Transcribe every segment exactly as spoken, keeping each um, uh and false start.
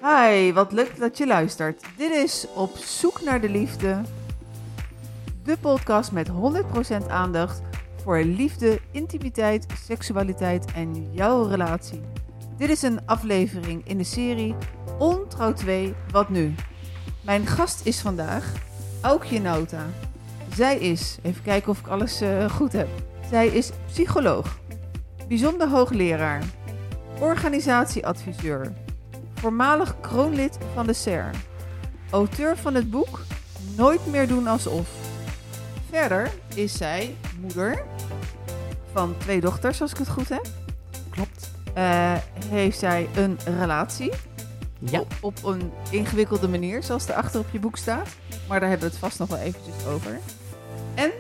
Hi, wat leuk dat je luistert. Dit is Op Zoek naar de Liefde. De podcast met honderd procent aandacht voor liefde, intimiteit, seksualiteit en jouw relatie. Dit is een aflevering in de serie Ontrouw twee, wat nu? Mijn gast is vandaag Aukje Nauta. Zij is, even kijken of ik alles uh, goed heb. Zij is psycholoog, bijzonder hoogleraar, organisatieadviseur, voormalig kroonlid van de S E R, auteur van het boek Nooit meer doen alsof. Verder is zij moeder van twee dochters, als ik het goed heb. Klopt. Uh, heeft zij een relatie Ja. op, op een ingewikkelde manier, zoals er achter op je boek staat. Maar daar hebben we het vast nog wel eventjes over. En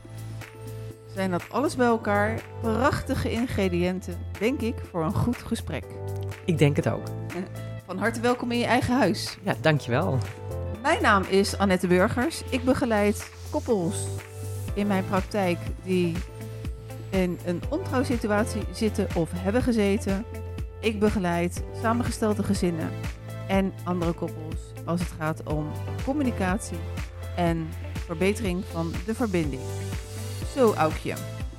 zijn dat alles bij elkaar prachtige ingrediënten, denk ik, voor een goed gesprek. Ik denk het ook. Van harte welkom in je eigen huis. Ja, dankjewel. Mijn naam is Annette Burgers. Ik begeleid koppels in mijn praktijk die in een ontrouwsituatie zitten of hebben gezeten. Ik begeleid samengestelde gezinnen en andere koppels als het gaat om communicatie en verbetering van de verbinding. Zo, Aukje.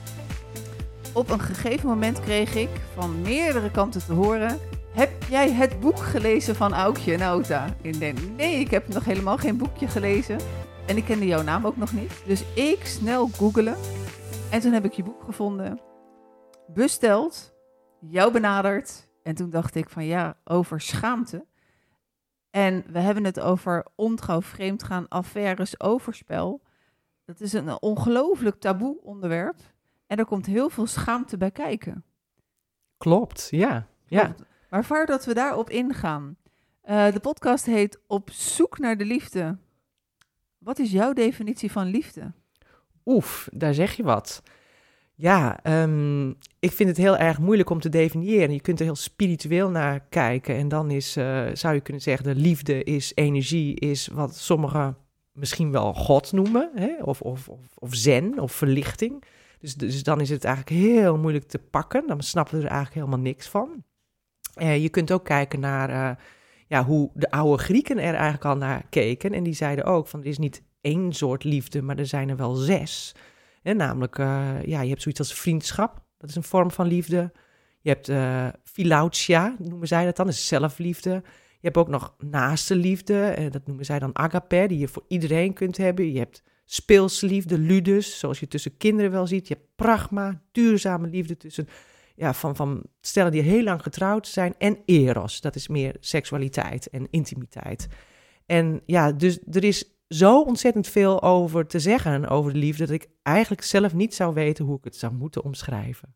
Op een gegeven moment kreeg ik van meerdere kanten te horen: heb jij het boek gelezen van Aukje Nauta? Ik denk, nee, ik heb nog helemaal geen boekje gelezen. En ik kende jouw naam ook nog niet. Dus ik snel googelen. En toen heb ik je boek gevonden. Besteld. Jou benaderd. En toen dacht ik van ja, over schaamte. En we hebben het over ontrouw, vreemdgaan, affaires, overspel. Dat is een ongelooflijk taboe onderwerp. En er komt heel veel schaamte bij kijken. Klopt, ja. ja. Klopt. Maar voordat we daarop ingaan. Uh, de podcast heet Op Zoek naar de Liefde. Wat is jouw definitie van liefde? Oef, daar zeg je wat. Ja, um, ik vind het heel erg moeilijk om te definiëren. Je kunt er heel spiritueel naar kijken. En dan is, uh, zou je kunnen zeggen, de liefde is energie, is wat sommigen misschien wel God noemen. Hè? Of, of, of, of zen, of verlichting. Dus, dus dan is het eigenlijk heel moeilijk te pakken. Dan snappen we er eigenlijk helemaal niks van. Uh, je kunt ook kijken naar uh, ja, hoe de oude Grieken er eigenlijk al naar keken. En die zeiden ook van er is niet één soort liefde, maar er zijn er wel zes. En namelijk, uh, ja, je hebt zoiets als vriendschap. Dat is een vorm van liefde. Je hebt uh, philautia, noemen zij dat dan, dat is zelfliefde. Je hebt ook nog naaste liefde, uh, dat noemen zij dan agape, die je voor iedereen kunt hebben. Je hebt speelse liefde, ludus, zoals je tussen kinderen wel ziet. Je hebt pragma, duurzame liefde tussen... Ja, van, van stellen die heel lang getrouwd zijn. En eros, dat is meer seksualiteit en intimiteit. En ja, dus er is zo ontzettend veel over te zeggen over de liefde, dat ik eigenlijk zelf niet zou weten hoe ik het zou moeten omschrijven.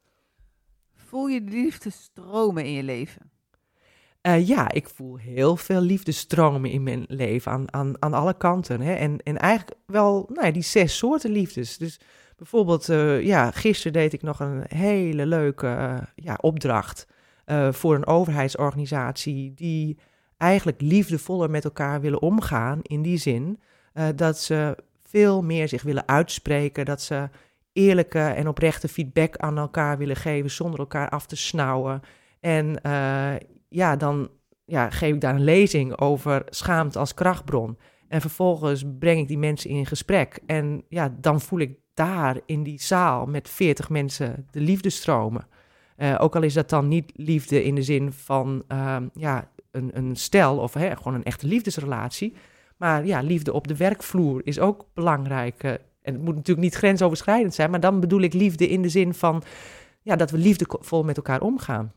Voel je de liefde stromen in je leven? Uh, ja, ik voel heel veel liefde stromen in mijn leven aan, aan, aan alle kanten. Hè? En, en eigenlijk wel nou ja, die zes soorten liefdes. Dus bijvoorbeeld, uh, ja, gisteren deed ik nog een hele leuke uh, ja, opdracht uh, voor een overheidsorganisatie die eigenlijk liefdevoller met elkaar willen omgaan. In die zin uh, dat ze veel meer zich willen uitspreken, dat ze eerlijke en oprechte feedback aan elkaar willen geven zonder elkaar af te snauwen. En uh, ja, dan ja, geef ik daar een lezing over schaamte als krachtbron. En vervolgens breng ik die mensen in gesprek. En ja, dan voel ik daar in die zaal met veertig mensen de liefde stromen. Uh, ook al is dat dan niet liefde in de zin van uh, ja, een, een stel of hè, gewoon een echte liefdesrelatie. Maar ja, liefde op de werkvloer is ook belangrijk. Uh, en het moet natuurlijk niet grensoverschrijdend zijn, maar dan bedoel ik liefde in de zin van ja, dat we liefdevol met elkaar omgaan.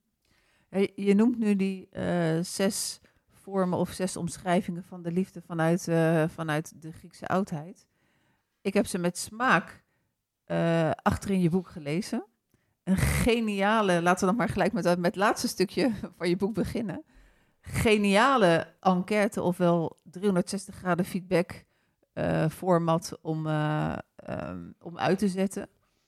Je noemt nu die uh, zes vormen of zes omschrijvingen van de liefde vanuit, uh, vanuit de Griekse oudheid. Ik heb ze met smaak uh, achter in je boek gelezen. Een geniale, laten we dan maar gelijk met, met het laatste stukje van je boek beginnen. Geniale enquête, ofwel driehonderdzestig graden feedback uh, format om, uh, um, om uit te zetten.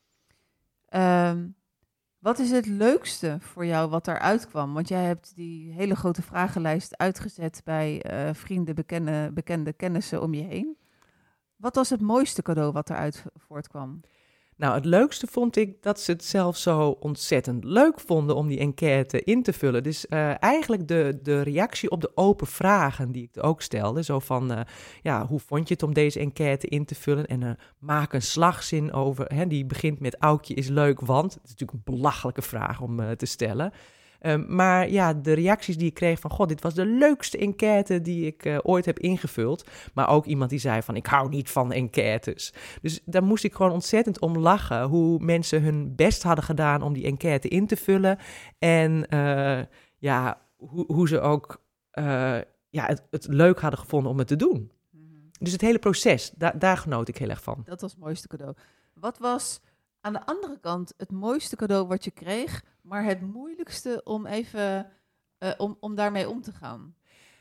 Um, Wat is het leukste voor jou wat daaruit kwam? Want jij hebt die hele grote vragenlijst uitgezet bij uh, vrienden, bekende, bekende kennissen om je heen. Wat was het mooiste cadeau wat eruit voortkwam? Nou, het leukste vond ik dat ze het zelf zo ontzettend leuk vonden om die enquête in te vullen. Dus uh, eigenlijk de, de reactie op de open vragen die ik ook stelde. Zo van, uh, ja, hoe vond je het om deze enquête in te vullen? En uh, maak een slagzin over, hè, die begint met Aukje is leuk, want... Het is natuurlijk een belachelijke vraag om uh, te stellen. Um, maar ja, de reacties die ik kreeg van... God, dit was de leukste enquête die ik uh, ooit heb ingevuld. Maar ook iemand die zei van... ik hou niet van enquêtes. Dus daar moest ik gewoon ontzettend om lachen... hoe mensen hun best hadden gedaan om die enquête in te vullen. En uh, ja, hoe, hoe ze ook uh, ja, het, het leuk hadden gevonden om het te doen. Mm-hmm. Dus het hele proces, da- daar genoot ik heel erg van. Dat was het mooiste cadeau. Wat was aan de andere kant het mooiste cadeau wat je kreeg... maar het moeilijkste om even uh, om, om daarmee om te gaan?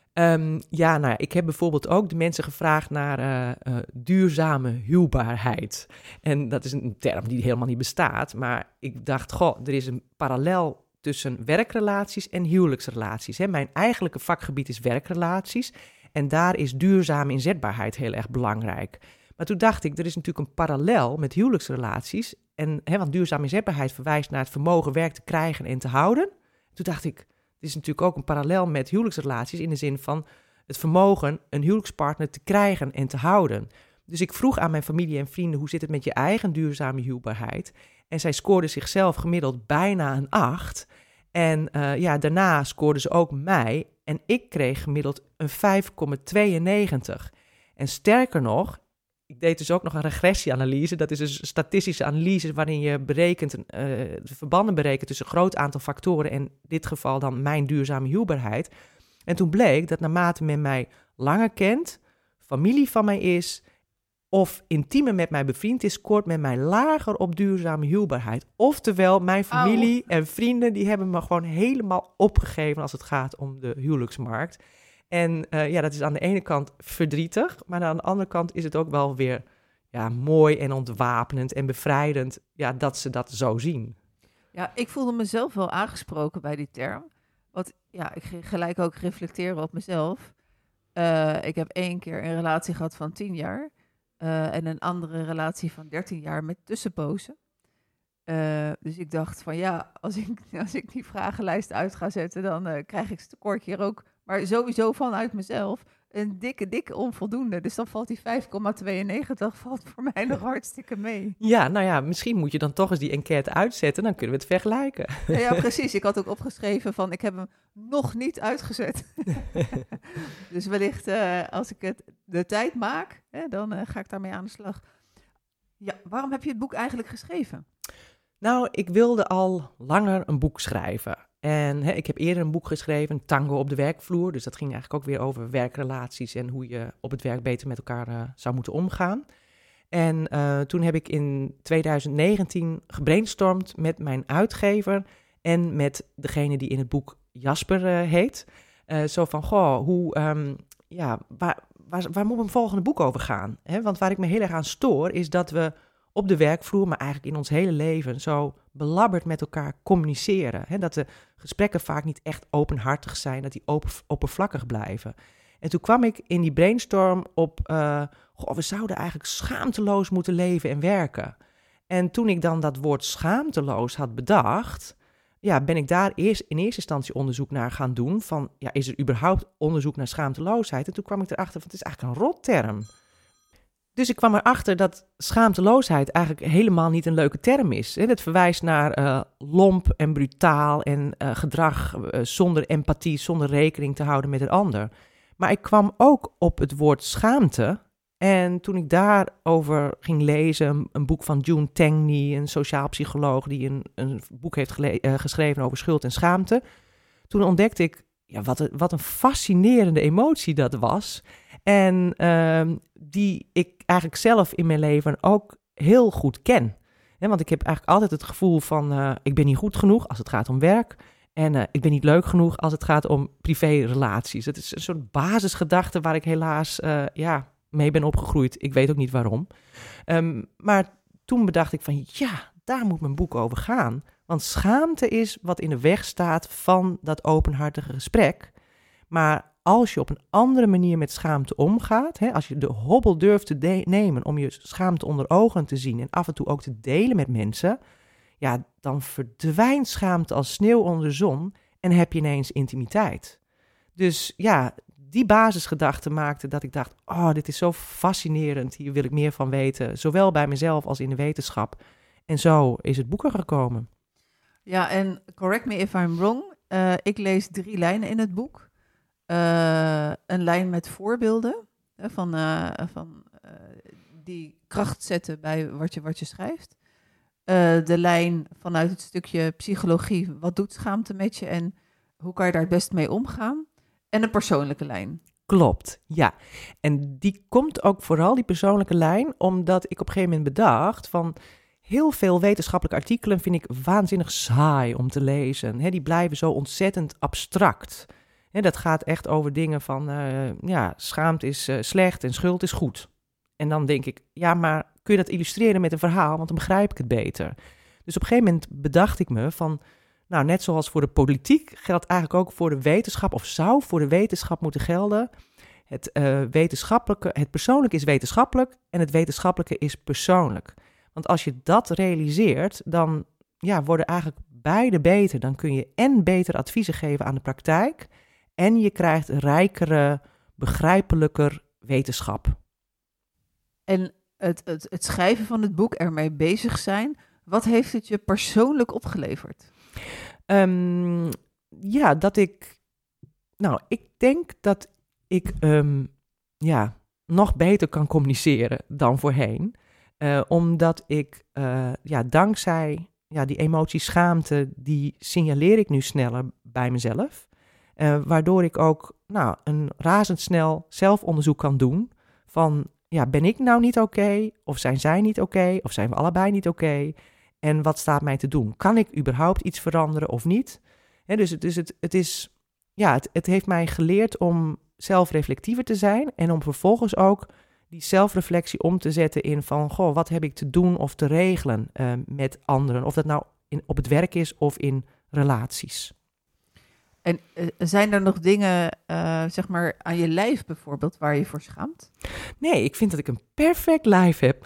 Um, ja, nou, ik heb bijvoorbeeld ook de mensen gevraagd naar uh, uh, duurzame huwbaarheid. En dat is een term die helemaal niet bestaat. Maar ik dacht, goh, er is een parallel tussen werkrelaties en huwelijksrelaties. Hè. Mijn eigenlijke vakgebied is werkrelaties. En daar is duurzame inzetbaarheid heel erg belangrijk. Maar toen dacht ik, er is natuurlijk een parallel met huwelijksrelaties. En, hè, want duurzame inzetbaarheid verwijst naar het vermogen werk te krijgen en te houden. Toen dacht ik, er is natuurlijk ook een parallel met huwelijksrelaties... in de zin van het vermogen een huwelijkspartner te krijgen en te houden. Dus ik vroeg aan mijn familie en vrienden... hoe zit het met je eigen duurzame huwbaarheid? En zij scoorden zichzelf gemiddeld bijna een acht. En uh, ja, daarna scoorden ze ook mij. En ik kreeg gemiddeld een vijf komma tweeënnegentig. En sterker nog... Ik deed dus ook nog een regressieanalyse. Dat is dus een statistische analyse waarin je berekent, uh, de verbanden berekent tussen een groot aantal factoren. En in dit geval dan mijn duurzame huwbaarheid. En toen bleek dat naarmate men mij langer kent, familie van mij is of intiemer met mij bevriend is, scoort men mij lager op duurzame huwbaarheid. Oftewel, mijn familie oh. en vrienden die hebben me gewoon helemaal opgegeven als het gaat om de huwelijksmarkt. En uh, ja, dat is aan de ene kant verdrietig, maar aan de andere kant is het ook wel weer ja, mooi en ontwapenend en bevrijdend ja, dat ze dat zo zien. Ja, ik voelde mezelf wel aangesproken bij die term. Want ja, ik ging gelijk ook reflecteren op mezelf. Uh, ik heb één keer een relatie gehad van tien jaar uh, en een andere relatie van dertien jaar met tussenpozen. Uh, dus ik dacht van ja, als ik, als ik die vragenlijst uit ga zetten, dan uh, krijg ik het tekort hier ook... Maar sowieso vanuit mezelf een dikke, dikke onvoldoende. Dus dan valt die vijf komma tweeënnegentig valt voor mij nog hartstikke mee. Ja, nou ja, misschien moet je dan toch eens die enquête uitzetten. Dan kunnen we het vergelijken. Ja, ja precies. Ik had ook opgeschreven van ik heb hem nog niet uitgezet. Dus wellicht uh, als ik het de tijd maak, hè, dan uh, ga ik daarmee aan de slag. Ja, waarom heb je het boek eigenlijk geschreven? Nou, ik wilde al langer een boek schrijven. En hè, ik heb eerder een boek geschreven, Tango op de werkvloer. Dus dat ging eigenlijk ook weer over werkrelaties en hoe je op het werk beter met elkaar uh, zou moeten omgaan. En uh, toen heb ik in twintig negentien gebrainstormd met mijn uitgever en met degene die in het boek Jasper uh, heet. Uh, zo van, goh, hoe, um, ja, waar, waar, waar moet mijn volgende boek over gaan? Hè? Want waar ik me heel erg aan stoor is dat we op de werkvloer, maar eigenlijk in ons hele leven, zo belabberd met elkaar communiceren. Hè? Dat de gesprekken vaak niet echt openhartig zijn, dat die open, oppervlakkig blijven. En toen kwam ik in die brainstorm op, uh, goh, we zouden eigenlijk schaamteloos moeten leven en werken. En toen ik dan dat woord schaamteloos had bedacht, ja, ben ik daar eerst in eerste instantie onderzoek naar gaan doen. Van, ja, is er überhaupt onderzoek naar schaamteloosheid? En toen kwam ik erachter van, het is eigenlijk een rotterm. Dus ik kwam erachter dat schaamteloosheid eigenlijk helemaal niet een leuke term is. Het verwijst naar uh, lomp en brutaal en uh, gedrag uh, zonder empathie, zonder rekening te houden met een ander. Maar ik kwam ook op het woord schaamte. En toen ik daarover ging lezen, een, een boek van June Tangney, een sociaal psycholoog die een, een boek heeft gele- uh, geschreven over schuld en schaamte. Toen ontdekte ik, ja, wat, een, wat een fascinerende emotie dat was. En uh, die ik eigenlijk zelf in mijn leven ook heel goed ken. He, want ik heb eigenlijk altijd het gevoel van, uh, ik ben niet goed genoeg als het gaat om werk. En uh, ik ben niet leuk genoeg als het gaat om privérelaties. Het is een soort basisgedachte waar ik helaas uh, ja, mee ben opgegroeid. Ik weet ook niet waarom. Um, maar toen bedacht ik van, ja, daar moet mijn boek over gaan. Want schaamte is wat in de weg staat van dat openhartige gesprek. Maar als je op een andere manier met schaamte omgaat, hè, als je de hobbel durft te de- nemen om je schaamte onder ogen te zien en af en toe ook te delen met mensen, ja, dan verdwijnt schaamte als sneeuw onder de zon en heb je ineens intimiteit. Dus ja, die basisgedachte maakte dat ik dacht, oh, dit is zo fascinerend, hier wil ik meer van weten, zowel bij mezelf als in de wetenschap. En zo is het boek er gekomen. Ja, en correct me if I'm wrong, uh, ik lees drie lijnen in het boek. Uh, een lijn met voorbeelden hè, van, uh, van, uh, die kracht zetten bij wat je, wat je schrijft. Uh, de lijn vanuit het stukje psychologie, wat doet schaamte met je en hoe kan je daar het best mee omgaan? En een persoonlijke lijn. Klopt, ja. En die komt ook vooral, die persoonlijke lijn, omdat ik op een gegeven moment bedacht van heel veel wetenschappelijke artikelen vind ik waanzinnig saai om te lezen. He, die blijven zo ontzettend abstract. He, dat gaat echt over dingen van, uh, ja, schaamte is uh, slecht en schuld is goed. En dan denk ik, ja, maar kun je dat illustreren met een verhaal, want dan begrijp ik het beter. Dus op een gegeven moment bedacht ik me van, nou, net zoals voor de politiek geldt eigenlijk ook voor de wetenschap, of zou voor de wetenschap moeten gelden. Het uh, wetenschappelijke, het persoonlijke is wetenschappelijk en het wetenschappelijke is persoonlijk. Want als je dat realiseert, dan ja, worden eigenlijk beide beter. Dan kun je en beter adviezen geven aan de praktijk en je krijgt rijkere, begrijpelijker wetenschap. En het, het, het schrijven van het boek, ermee bezig zijn, wat heeft het je persoonlijk opgeleverd? Um, ja, dat ik... Nou, ik denk dat ik um, ja, nog beter kan communiceren dan voorheen. Uh, omdat ik, uh, ja, dankzij ja, die emotie schaamte, die signaleer ik nu sneller bij mezelf. Uh, waardoor ik ook nou, een razendsnel zelfonderzoek kan doen van, ja, ben ik nou niet oké? Okay? Of zijn zij niet oké? Okay? Of zijn we allebei niet oké? Okay? En wat staat mij te doen? Kan ik überhaupt iets veranderen of niet? He, dus dus het, het, is, ja, het, het heeft mij geleerd om zelfreflectiever te zijn en om vervolgens ook die zelfreflectie om te zetten in van, goh, wat heb ik te doen of te regelen uh, met anderen? Of dat nou in, op het werk is of in relaties. En uh, zijn er nog dingen, uh, zeg maar, aan je lijf bijvoorbeeld, waar je voor schaamt? Nee, ik vind dat ik een perfect lijf heb.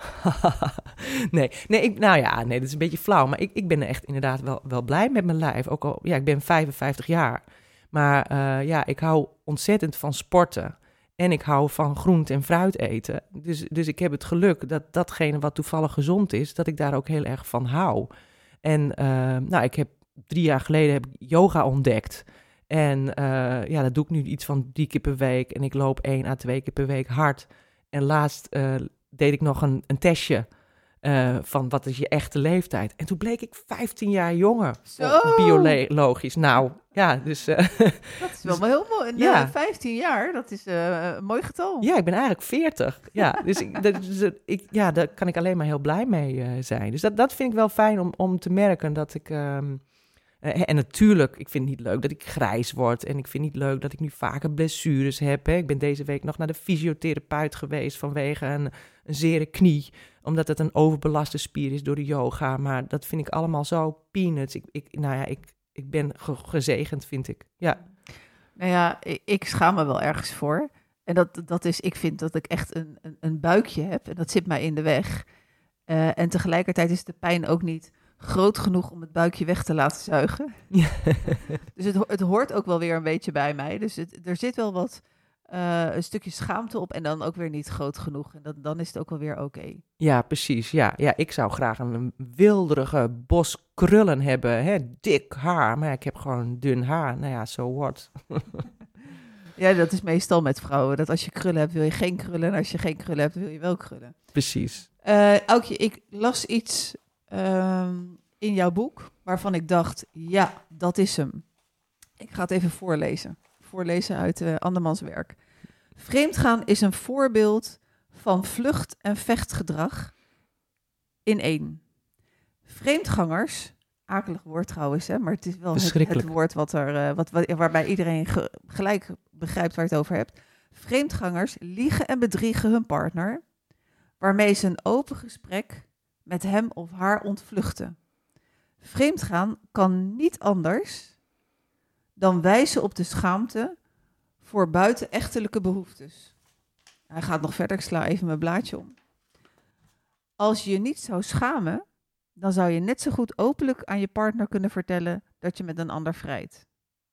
nee, nee ik, nou ja, nee, dat is een beetje flauw. Maar ik, ik ben echt inderdaad wel, wel blij met mijn lijf. Ook al, ja, ik ben vijfenvijftig jaar. Maar uh, ja, ik hou ontzettend van sporten. En ik hou van groente en fruit eten. Dus, dus ik heb het geluk dat datgene wat toevallig gezond is, dat ik daar ook heel erg van hou. En uh, nou, ik heb drie jaar geleden heb ik yoga ontdekt. En uh, ja, dat doe ik nu iets van drie keer per week. En ik loop één à twee keer per week hard. En laatst uh, deed ik nog een, een testje uh, van wat is je echte leeftijd. En toen bleek ik vijftien jaar jonger. Zo. Biologisch. Nou, ja, dus... Uh, dat is wel dus, heel mooi. En, ja. uh, vijftien jaar, dat is uh, een mooi getal. Ja, ik ben eigenlijk veertig. Ja, dus, ik, dat, dus ik, ja, daar kan ik alleen maar heel blij mee uh, zijn. Dus dat, dat vind ik wel fijn om, om te merken dat ik... Um, Uh, en natuurlijk, ik vind het niet leuk dat ik grijs word. En ik vind het niet leuk dat ik nu vaker blessures heb. Hè. Ik ben deze week nog naar de fysiotherapeut geweest vanwege een, een zere knie. Omdat het een overbelaste spier is door de yoga. Maar dat vind ik allemaal zo peanuts. Ik, ik, nou ja, ik, ik ben ge- gezegend, vind ik. Ja. Nou ja, ik, ik schaam me wel ergens voor. En dat, dat is, ik vind dat ik echt een, een, een buikje heb. En dat zit mij in de weg. Uh, en tegelijkertijd is de pijn ook niet groot genoeg om het buikje weg te laten zuigen. Ja. Dus het, het hoort ook wel weer een beetje bij mij. Dus het, er zit wel wat, uh, een stukje schaamte op en dan ook weer niet groot genoeg. En dan, dan is het ook wel weer oké. Okay. Ja, precies. Ja. ja, ik zou graag een wilderige bos krullen hebben. Hè? Dik haar, maar ik heb gewoon dun haar. Nou ja, so what? Ja, dat is meestal met vrouwen. Dat als je krullen hebt, wil je geen krullen. En als je geen krullen hebt, wil je wel krullen. Precies. Uh, Aukje, ik las iets... Um, in jouw boek, waarvan ik dacht, ja, dat is hem. Ik ga het even voorlezen. Voorlezen uit uh, andermans werk. Vreemdgaan is een voorbeeld van vlucht- en vechtgedrag in één. Vreemdgangers, akelig woord trouwens, hè, maar het is wel het, het woord wat er, uh, wat, wat, waarbij iedereen ge, gelijk begrijpt waar je het over hebt. Vreemdgangers liegen en bedriegen hun partner, waarmee ze een open gesprek met hem of haar ontvluchten. Vreemdgaan kan niet anders dan wijzen op de schaamte voor buitenechtelijke behoeftes. Hij gaat nog verder, ik sla even mijn blaadje om. Als je je niet zou schamen, dan zou je net zo goed openlijk aan je partner kunnen vertellen dat je met een ander vrijt.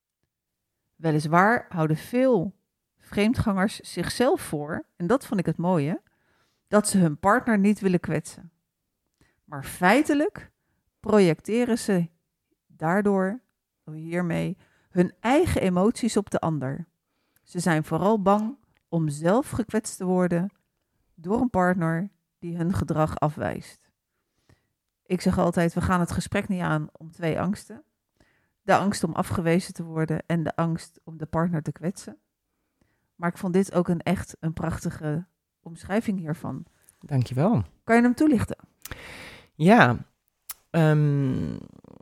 Weliswaar houden veel vreemdgangers zichzelf voor, en dat vond ik het mooie, dat ze hun partner niet willen kwetsen. Maar feitelijk projecteren ze daardoor, hiermee, hun eigen emoties op de ander. Ze zijn vooral bang om zelf gekwetst te worden door een partner die hun gedrag afwijst. Ik zeg altijd, we gaan het gesprek niet aan om twee angsten. De angst om afgewezen te worden en de angst om de partner te kwetsen. Maar ik vond dit ook een echt een prachtige omschrijving hiervan. Dankjewel. Kan je hem toelichten? Ja, um,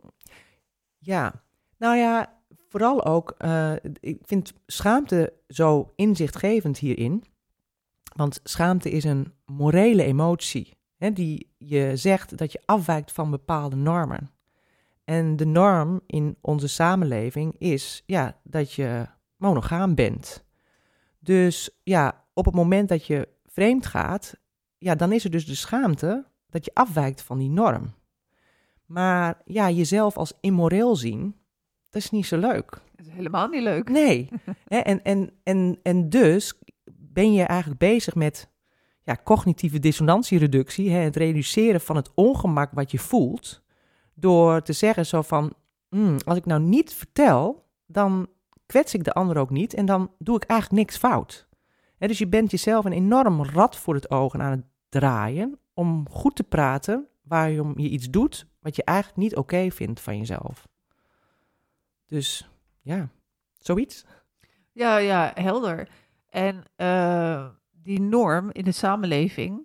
ja, nou ja, vooral ook, uh, ik vind schaamte zo inzichtgevend hierin. Want schaamte is een morele emotie, hè, die je zegt dat je afwijkt van bepaalde normen. En de norm in onze samenleving is ja, dat je monogaam bent. Dus ja, op het moment dat je vreemd gaat, ja, dan is er dus de schaamte dat je afwijkt van die norm. Maar ja, jezelf als immoreel zien, dat is niet zo leuk. Dat is helemaal niet leuk. Nee. Hè, en, en, en, en dus ben je eigenlijk bezig met ja, cognitieve dissonantiereductie, hè, het reduceren van het ongemak wat je voelt, door te zeggen zo van, mm, als ik nou niet vertel, dan kwets ik de ander ook niet en dan doe ik eigenlijk niks fout. Hè, dus je bent jezelf een enorm rad voor het ogen aan het draaien om goed te praten waarom je iets doet wat je eigenlijk niet oké okay vindt van jezelf. Dus ja, zoiets. Ja, ja, helder. En uh, die norm in de samenleving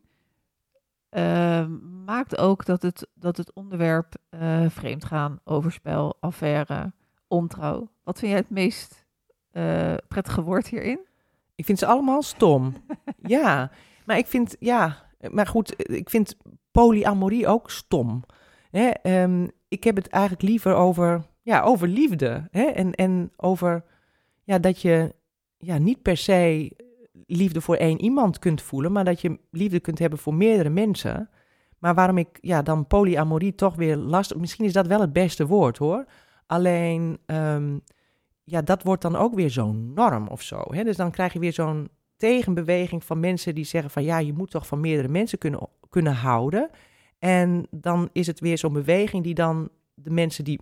uh, maakt ook dat het, dat het onderwerp uh, vreemdgaan, overspel, affaire, ontrouw. Wat vind jij het meest uh, prettige woord hierin? Ik vind ze allemaal stom. Ja, maar ik vind, ja, maar goed, ik vind polyamorie ook stom. Hè? Um, ik heb het eigenlijk liever over, ja, over liefde. Hè? En, en over ja, dat je ja, niet per se liefde voor één iemand kunt voelen, maar dat je liefde kunt hebben voor meerdere mensen. Maar waarom ik ja, dan polyamorie toch weer lastig, misschien is dat wel het beste woord hoor. Alleen, um, ja, dat wordt dan ook weer zo'n norm of zo. Hè? Dus dan krijg je weer zo'n tegenbeweging van mensen die zeggen van ja, je moet toch van meerdere mensen kunnen, kunnen houden. En dan is het weer zo'n beweging die dan de mensen die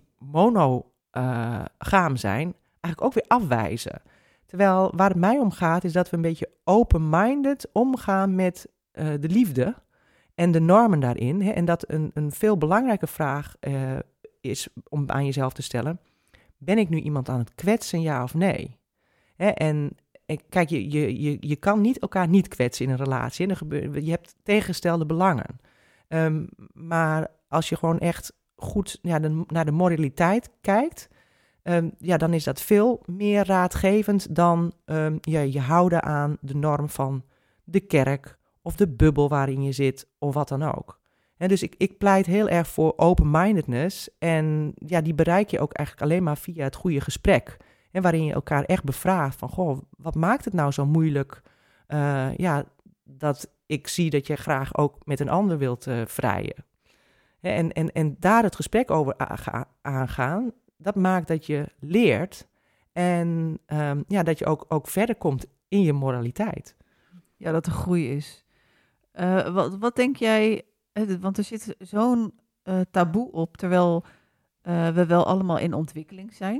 monogaam uh, zijn, eigenlijk ook weer afwijzen. Terwijl waar het mij om gaat is dat we een beetje open-minded omgaan met uh, de liefde en de normen daarin. Hè? En dat een, een veel belangrijke vraag uh, is om aan jezelf te stellen, ben ik nu iemand aan het kwetsen, ja of nee? Hè? En kijk, je, je, je, je kan niet elkaar niet kwetsen in een relatie. Er gebeur, je hebt tegengestelde belangen. Um, maar als je gewoon echt goed ja, de, naar de moraliteit kijkt, um, ja, dan is dat veel meer raadgevend dan um, ja, je houden aan de norm van de kerk of de bubbel waarin je zit of wat dan ook. En dus ik, ik pleit heel erg voor open-mindedness en ja, die bereik je ook eigenlijk alleen maar via het goede gesprek. En waarin je elkaar echt bevraagt van, goh, wat maakt het nou zo moeilijk uh, ja, dat ik zie dat je graag ook met een ander wilt uh, vrijen. En, en, en daar het gesprek over aangaan, dat maakt dat je leert en um, ja, dat je ook, ook verder komt in je moraliteit. Ja, dat er groei is. Uh, wat, wat denk jij, want er zit zo'n uh, taboe op, terwijl uh, we wel allemaal in ontwikkeling zijn.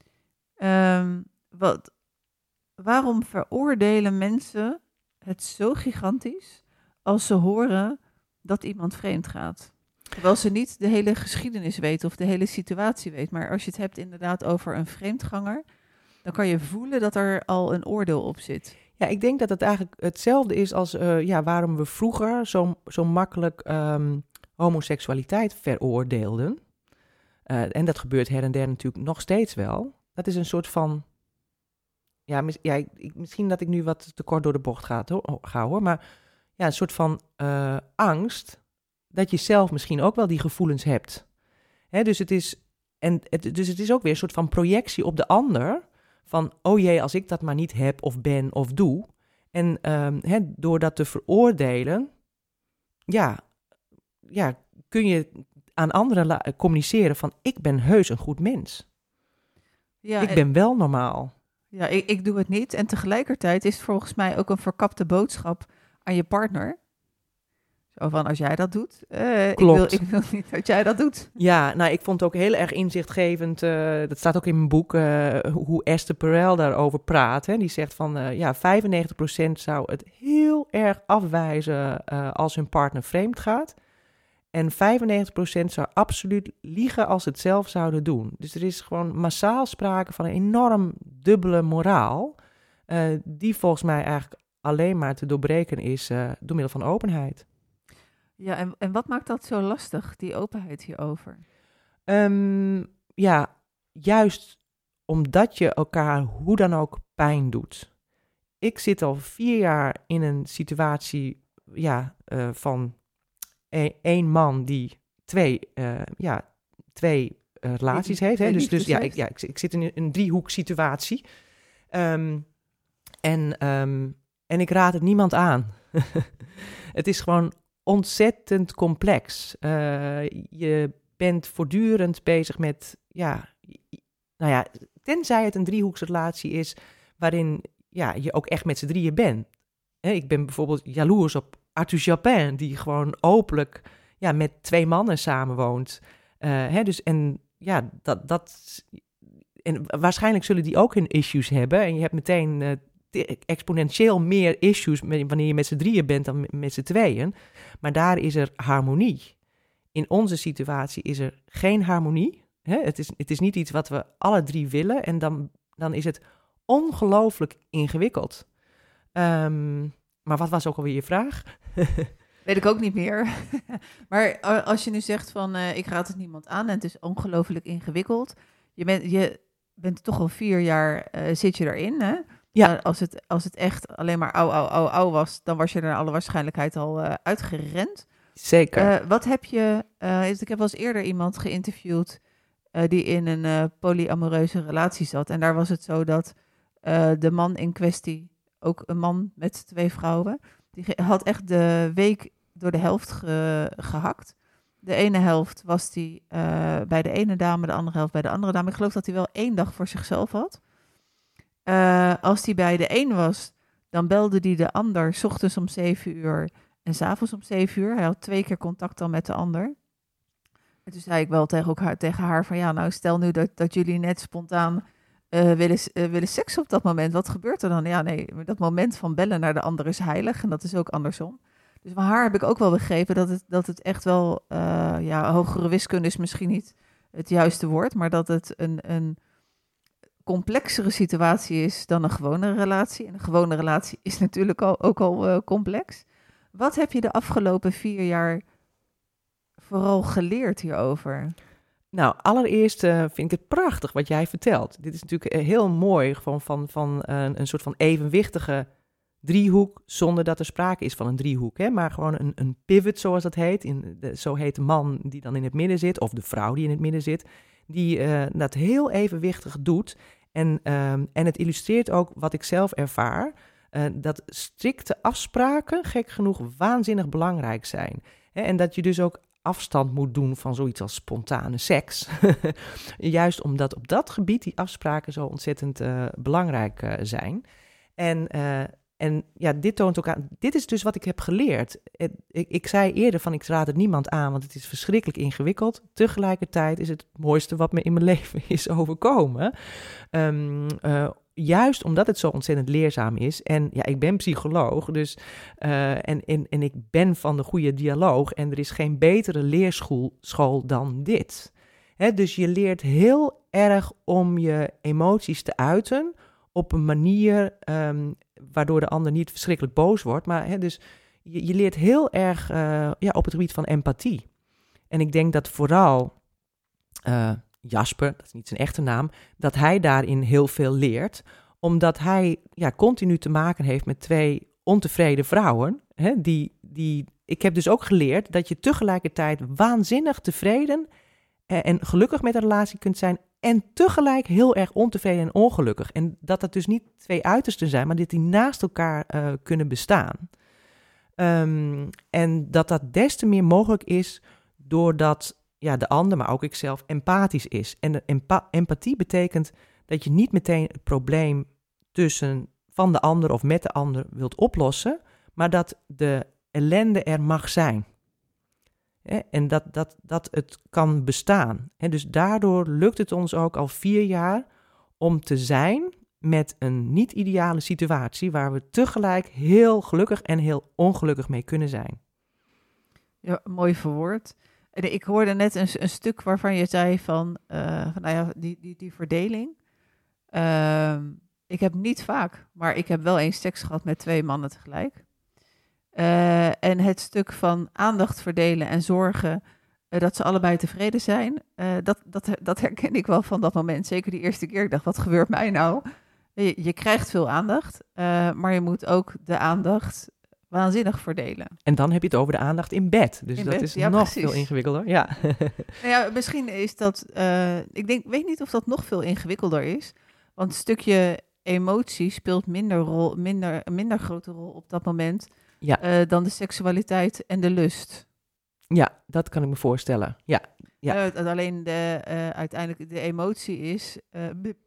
Um, wat, waarom veroordelen mensen het zo gigantisch als ze horen dat iemand vreemd gaat? Terwijl ze niet de hele geschiedenis weten of de hele situatie weet. Maar als je het hebt inderdaad over een vreemdganger, dan kan je voelen dat er al een oordeel op zit. Ja, ik denk dat het eigenlijk hetzelfde is als uh, ja, waarom we vroeger zo, zo makkelijk um, homoseksualiteit veroordeelden. Uh, en dat gebeurt her en der natuurlijk nog steeds wel. Dat is een soort van, ja, mis, ja ik, misschien dat ik nu wat te kort door de bocht ga, ho, ga hoor, maar ja, een soort van uh, angst dat je zelf misschien ook wel die gevoelens hebt. Hè, dus, het is, en het, dus het is ook weer een soort van projectie op de ander van, oh jee, als ik dat maar niet heb of ben of doe. En um, hè, door dat te veroordelen, ja, ja, kun je aan anderen la- communiceren van, ik ben heus een goed mens. Ja, ik en- ben wel normaal. Ja, ik, ik doe het niet. En tegelijkertijd is het volgens mij ook een verkapte boodschap aan je partner. Zo van, als jij dat doet, eh, ik, wil, Klopt. ik wil niet dat jij dat doet. Ja, nou, ik vond het ook heel erg inzichtgevend. Uh, dat staat ook in mijn boek, uh, hoe Esther Perel daarover praat. Hè. Die zegt van, uh, ja, vijfennegentig procent zou het heel erg afwijzen uh, als hun partner vreemd gaat. En vijfennegentig procent zou absoluut liegen als ze het zelf zouden doen. Dus er is gewoon massaal sprake van een enorm dubbele moraal, uh, die volgens mij eigenlijk alleen maar te doorbreken is uh, door middel van openheid. Ja, en, en wat maakt dat zo lastig, die openheid hierover? Um, ja, juist omdat je elkaar hoe dan ook pijn doet. Ik zit al vier jaar in een situatie ja, uh, van e- één man die twee, uh, ja, twee uh, relaties heeft. Hè? Dus, dus ja, ik, ja ik, ik zit in een, een driehoek situatie. Um, en, um, en ik raad het niemand aan. Het is gewoon ontzettend complex. Uh, je bent voortdurend bezig met, ja, nou ja, tenzij het een driehoeksrelatie is waarin ja, je ook echt met z'n drieën bent. He, ik ben bijvoorbeeld jaloers op Arthur Japin, die gewoon openlijk ja, met twee mannen samenwoont. Uh, hè, dus en ja, dat, dat. En waarschijnlijk zullen die ook hun issues hebben. En je hebt meteen uh, te, exponentieel meer issues wanneer je met z'n drieën bent dan met z'n tweeën. Maar daar is er harmonie. In onze situatie is er geen harmonie. Hè? Het is, het is niet iets wat we alle drie willen. En dan, dan is het ongelooflijk ingewikkeld. Um, maar wat was ook alweer je vraag? Weet ik ook niet meer. Maar als je nu zegt van, uh, ik raad het niemand aan en het is ongelooflijk ingewikkeld. Je bent, je bent toch al vier jaar, uh, zit je erin, hè? Ja. Uh, als, het, als het echt alleen maar au, au, au, au was, dan was je er naar alle waarschijnlijkheid al uh, uitgerend. Zeker. Uh, wat heb je, uh, ik heb wel eens eerder iemand geïnterviewd uh, die in een uh, polyamoreuze relatie zat. En daar was het zo dat uh, de man in kwestie, ook een man met twee vrouwen, die had echt de week door de helft ge, gehakt. De ene helft was die uh, bij de ene dame, de andere helft bij de andere dame. Ik geloof dat hij wel één dag voor zichzelf had. Uh, als hij bij de een was, dan belde hij de ander 's ochtends om zeven uur en 's avonds om zeven uur. Hij had twee keer contact dan met de ander. En toen zei ik wel tegen, ook haar, tegen haar van, ja, nou stel nu dat, dat jullie net spontaan uh, willen, uh, willen seks op dat moment. Wat gebeurt er dan? Ja, nee, dat moment van bellen naar de ander is heilig en dat is ook andersom. Dus van haar heb ik ook wel begrepen dat het, dat het echt wel, uh, ja, hogere wiskunde is misschien niet het juiste woord, maar dat het een, een complexere situatie is dan een gewone relatie. En een gewone relatie is natuurlijk al, ook al uh, complex. Wat heb je de afgelopen vier jaar vooral geleerd hierover? Nou, allereerst uh, vind ik het prachtig wat jij vertelt. Dit is natuurlijk uh, heel mooi, gewoon van, van uh, een soort van evenwichtige driehoek, zonder dat er sprake is van een driehoek. Hè? Maar gewoon een, een pivot, zoals dat heet. In de, zo heet de man die dan in het midden zit, of de vrouw die in het midden zit, die uh, dat heel evenwichtig doet. En, uh, en het illustreert ook wat ik zelf ervaar, uh, dat strikte afspraken, gek genoeg, waanzinnig belangrijk zijn. Hè? En dat je dus ook afstand moet doen van zoiets als spontane seks. Juist omdat op dat gebied die afspraken zo ontzettend uh, belangrijk uh, zijn. En, uh, en ja, dit toont ook aan, dit is dus wat ik heb geleerd. Het, ik, ik zei eerder van, ik raad het niemand aan, want het is verschrikkelijk ingewikkeld. Tegelijkertijd is het het mooiste wat me in mijn leven is overkomen. Um, uh, Juist omdat het zo ontzettend leerzaam is. En ja, ik ben psycholoog, dus uh, en, en, en ik ben van de goede dialoog. En er is geen betere leerschool school dan dit. Hè, dus je leert heel erg om je emoties te uiten op een manier um, waardoor de ander niet verschrikkelijk boos wordt. Maar hè, dus je, je leert heel erg uh, ja, op het gebied van empathie. En ik denk dat vooral Uh, Jasper, dat is niet zijn echte naam, dat hij daarin heel veel leert, omdat hij ja, continu te maken heeft met twee ontevreden vrouwen. Hè, die, die, ik heb dus ook geleerd dat je tegelijkertijd waanzinnig tevreden en gelukkig met een relatie kunt zijn en tegelijk heel erg ontevreden en ongelukkig. En dat dat dus niet twee uitersten zijn, maar dat die naast elkaar uh, kunnen bestaan. Um, en dat dat des te meer mogelijk is doordat ja, de ander, maar ook ikzelf, empathisch is. En de empa- empathie betekent dat je niet meteen het probleem tussen van de ander of met de ander wilt oplossen, maar dat de ellende er mag zijn. Hè? En dat, dat, dat het kan bestaan. En dus daardoor lukt het ons ook al vier jaar om te zijn met een niet-ideale situatie waar we tegelijk heel gelukkig en heel ongelukkig mee kunnen zijn. Ja, mooi verwoord. Ik hoorde net een, een stuk waarvan je zei van, uh, van nou ja, die, die, die verdeling. Uh, ik heb niet vaak, maar ik heb wel eens seks gehad met twee mannen tegelijk. Uh, en het stuk van aandacht verdelen en zorgen uh, dat ze allebei tevreden zijn, uh, dat, dat, dat herken ik wel van dat moment. Zeker die eerste keer. Ik dacht, wat gebeurt mij nou? Je, je krijgt veel aandacht, uh, maar je moet ook de aandacht waanzinnig verdelen. En dan heb je het over de aandacht in bed. Dus in dat bed, is ja, nog precies. veel ingewikkelder. Ja. Nou ja, misschien is dat, uh, ik denk, weet niet of dat nog veel ingewikkelder is. Want een stukje emotie speelt minder, rol, minder, een minder grote rol op dat moment ja. uh, dan de seksualiteit en de lust. Ja, dat kan ik me voorstellen. Ja. Ja. Uh, alleen de, uh, uiteindelijk de emotie is, uh, be-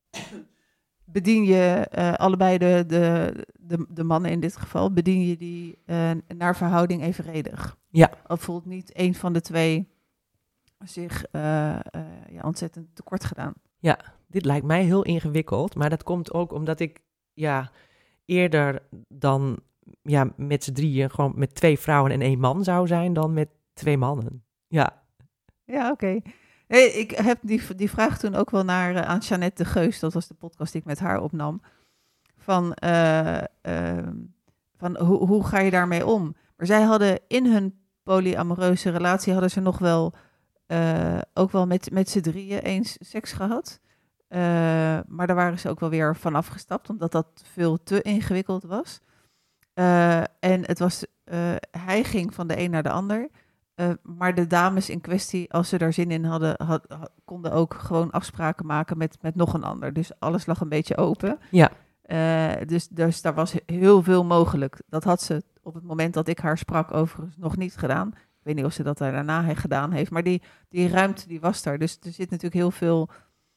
bedien je uh, allebei de, de, de, de mannen in dit geval, bedien je die uh, naar verhouding evenredig. Ja. Of voelt niet een van de twee zich uh, uh, ja, ontzettend tekort gedaan. Ja, dit lijkt mij heel ingewikkeld, maar dat komt ook omdat ik ja, eerder dan ja, met z'n drieën gewoon met twee vrouwen en één man zou zijn dan met twee mannen. Ja. Ja, oké. Okay. Nee, ik heb die, die vraag toen ook wel naar uh, aan Jeannette de Geus, dat was de podcast die ik met haar opnam, van, uh, uh, van hoe, hoe ga je daarmee om? Maar zij hadden in hun polyamoreuze relatie, hadden ze nog wel, uh, ook wel met, met z'n drieën eens seks gehad. Uh, maar daar waren ze ook wel weer van afgestapt, omdat dat veel te ingewikkeld was. Uh, en het was, uh, hij ging van de een naar de ander. Uh, maar de dames in kwestie, als ze daar zin in hadden, had, had, konden ook gewoon afspraken maken met, met nog een ander. Dus alles lag een beetje open. Ja. Uh, dus, dus daar was heel veel mogelijk. Dat had ze op het moment dat ik haar sprak overigens nog niet gedaan. Ik weet niet of ze dat daarna gedaan heeft. Maar die, die ruimte die was daar. Dus er zit natuurlijk heel veel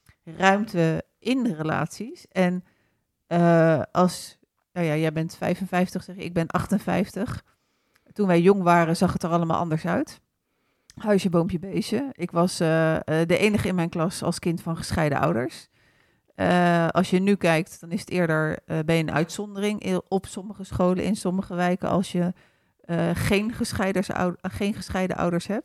ruimte in de relaties. En uh, als, nou ja, jij bent vijfenvijftig, zeg ik, ik ben achtenvijftig. Toen wij jong waren, zag het er allemaal anders uit. Huisje, boompje, beestje. Ik was uh, de enige in mijn klas als kind van gescheiden ouders. Uh, als je nu kijkt, dan is het eerder uh, ben je een uitzondering op sommige scholen, in sommige wijken, als je uh, geen, uh, geen gescheiden ouders hebt.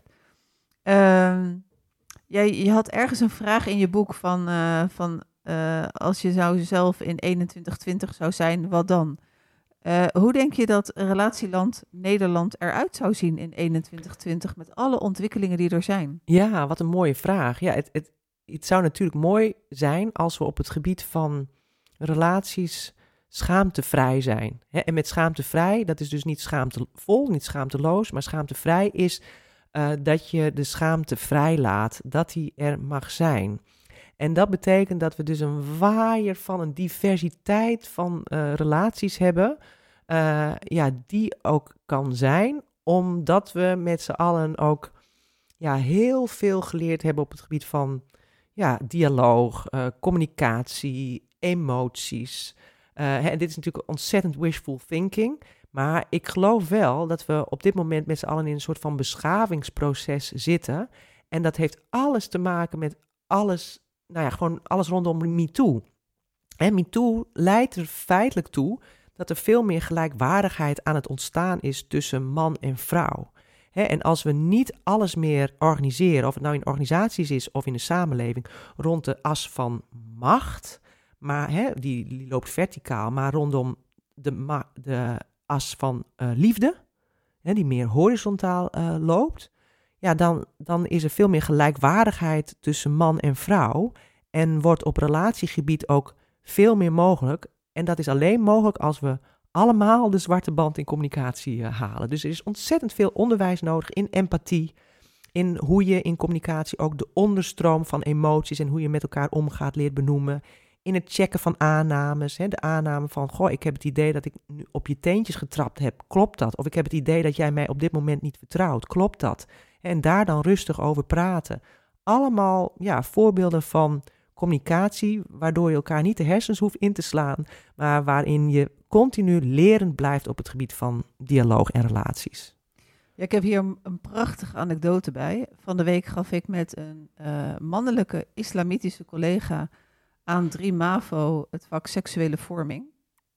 Uh, jij, je had ergens een vraag in je boek van, uh, van uh, als je zou zelf in eenentwintig twintig zou zijn, wat dan? Uh, hoe denk je dat relatieland Nederland eruit zou zien in eenentwintig twintig met alle ontwikkelingen die er zijn? Ja, wat een mooie vraag. Ja, het, het, het zou natuurlijk mooi zijn als we op het gebied van relaties schaamtevrij zijn. Hè? En met schaamtevrij, dat is dus niet schaamtevol, niet schaamteloos, maar schaamtevrij is uh, dat je de schaamte vrij laat, dat die er mag zijn. En dat betekent dat we dus een waaier van een diversiteit van uh, relaties hebben, uh, ja, die ook kan zijn, omdat we met z'n allen ook ja, heel veel geleerd hebben op het gebied van ja, dialoog, uh, communicatie, emoties. Uh, hè, en dit is natuurlijk ontzettend wishful thinking, maar ik geloof wel dat we op dit moment met z'n allen in een soort van beschavingsproces zitten. En dat heeft alles te maken met alles. Nou ja, gewoon alles rondom MeToo. En MeToo leidt er feitelijk toe dat er veel meer gelijkwaardigheid aan het ontstaan is tussen man en vrouw. He, en als we niet alles meer organiseren, of het nou in organisaties is of in de samenleving, rond de as van macht, maar he, die, die loopt verticaal, maar rondom de, ma- de as van uh, liefde, he, die meer horizontaal uh, loopt, ja, dan, dan is er veel meer gelijkwaardigheid tussen man en vrouw en wordt op relatiegebied ook veel meer mogelijk. En dat is alleen mogelijk als we allemaal de zwarte band in communicatie uh, halen. Dus er is ontzettend veel onderwijs nodig in empathie, in hoe je in communicatie ook de onderstroom van emoties en hoe je met elkaar omgaat leert benoemen. In het checken van aannames, hè, de aanname van, goh, ik heb het idee dat ik nu op je teentjes getrapt heb, klopt dat? Of ik heb het idee dat jij mij op dit moment niet vertrouwt, klopt dat? En daar dan rustig over praten. Allemaal ja, voorbeelden van communicatie, waardoor je elkaar niet de hersens hoeft in te slaan, maar waarin je continu lerend blijft op het gebied van dialoog en relaties. Ja, ik heb hier een, een prachtige anekdote bij. Van de week gaf ik met een uh, mannelijke islamitische collega aan drie MAVO het vak seksuele vorming.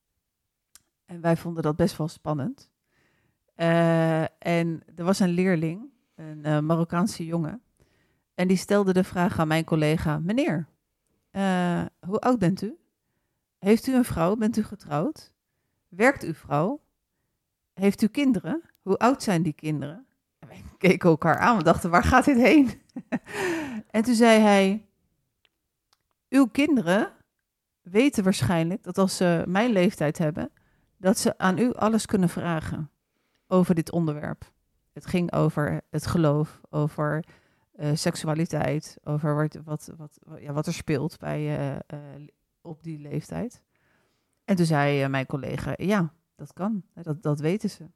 En wij vonden dat best wel spannend. Uh, en er was een leerling, een uh, Marokkaanse jongen, en die stelde de vraag aan mijn collega: meneer, uh, hoe oud bent u? Heeft u een vrouw? Bent u getrouwd? Werkt uw vrouw? Heeft u kinderen? Hoe oud zijn die kinderen? En wij keken elkaar aan, we dachten, waar gaat dit heen? En toen zei hij: uw kinderen weten waarschijnlijk dat als ze mijn leeftijd hebben, dat ze aan u alles kunnen vragen over dit onderwerp. Het ging over het geloof, over uh, seksualiteit, over wat, wat, wat, ja, wat er speelt bij, uh, uh, op die leeftijd. En toen zei uh, mijn collega, ja, dat kan, dat, dat weten ze.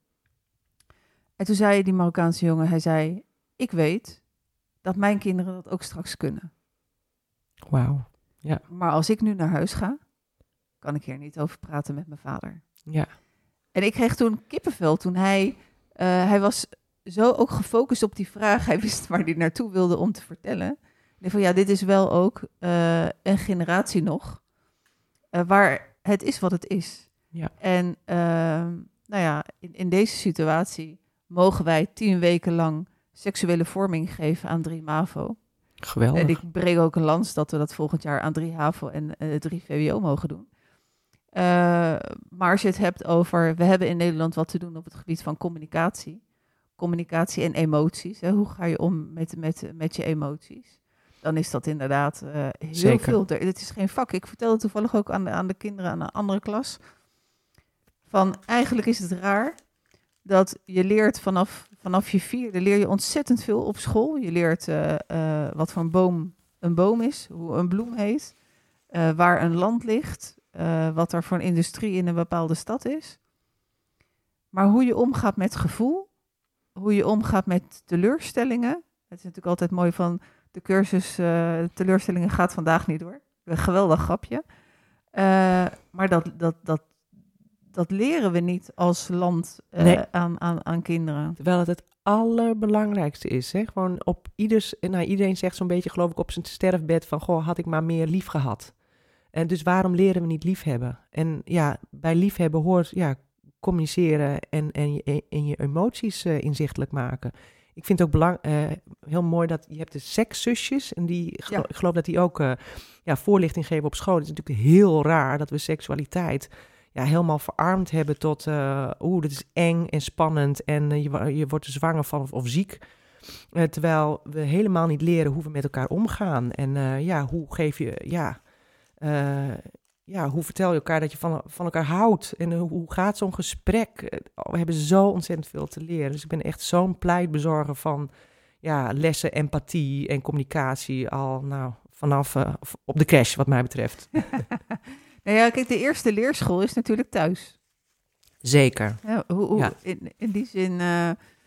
En toen zei die Marokkaanse jongen, hij zei, ik weet dat mijn kinderen dat ook straks kunnen. Wauw. Ja. Maar als ik nu naar huis ga, kan ik hier niet over praten met mijn vader. Ja. En ik kreeg toen kippenvel toen hij, uh, hij was zo ook gefocust op die vraag. Hij wist waar hij naartoe wilde om te vertellen. En van ja, dit is wel ook uh, een generatie nog, uh, waar het is wat het is. Ja. En uh, nou ja, in, in deze situatie mogen wij tien weken lang seksuele vorming geven aan drie MAVO. Geweldig. En ik breek ook een lans dat we dat volgend jaar aan drie HAVO en uh, drie V W O mogen doen. Uh, maar als je het hebt over, we hebben in Nederland wat te doen op het gebied van communicatie. Communicatie en emoties. Hè? Hoe ga je om met, met, met je emoties? Dan is dat inderdaad uh, heel Zeker. veel. Het is geen vak. Ik vertelde toevallig ook aan de, aan de kinderen aan een andere klas. Van eigenlijk is het raar dat je leert vanaf, vanaf je vierde, leer je ontzettend veel op school. Je leert uh, uh, wat voor een boom een boom is, hoe een bloem heet, uh, waar een land ligt, uh, wat er voor een industrie in een bepaalde stad is. Maar hoe je omgaat met gevoel, hoe je omgaat met teleurstellingen. Het is natuurlijk altijd mooi van de cursus uh, teleurstellingen gaat vandaag niet door. Een geweldig grapje. Uh, maar dat, dat, dat, dat leren we niet als land uh, nee. aan, aan, aan kinderen. Terwijl het het allerbelangrijkste is. Hè? Gewoon op ieders, nou, iedereen zegt zo'n beetje, geloof ik, op zijn sterfbed van, goh, had ik maar meer lief gehad. En dus waarom leren we niet liefhebben? En ja, bij liefhebben hoort ja, communiceren en, en, je, en je emoties uh, inzichtelijk maken. Ik vind het ook belang, uh, heel mooi dat je hebt de sekszusjes. En die, gelo- ja. ik geloof dat die ook uh, ja, voorlichting geven op school. Het is natuurlijk heel raar dat we seksualiteit ja, helemaal verarmd hebben tot, uh, oeh, dat is eng en spannend en uh, je, je wordt er zwanger van of, of ziek. Uh, terwijl we helemaal niet leren hoe we met elkaar omgaan. En uh, ja, hoe geef je, ja, uh, ja, hoe vertel je elkaar dat je van, van elkaar houdt? En uh, hoe gaat zo'n gesprek? Oh, we hebben zo ontzettend veel te leren. Dus ik ben echt zo'n pleitbezorger van ja, lessen, empathie en communicatie al nou, vanaf uh, op de crash wat mij betreft. Nou ja, kijk, de eerste leerschool is natuurlijk thuis. Zeker. Ja, hoe, hoe, ja. in, in die zin, uh,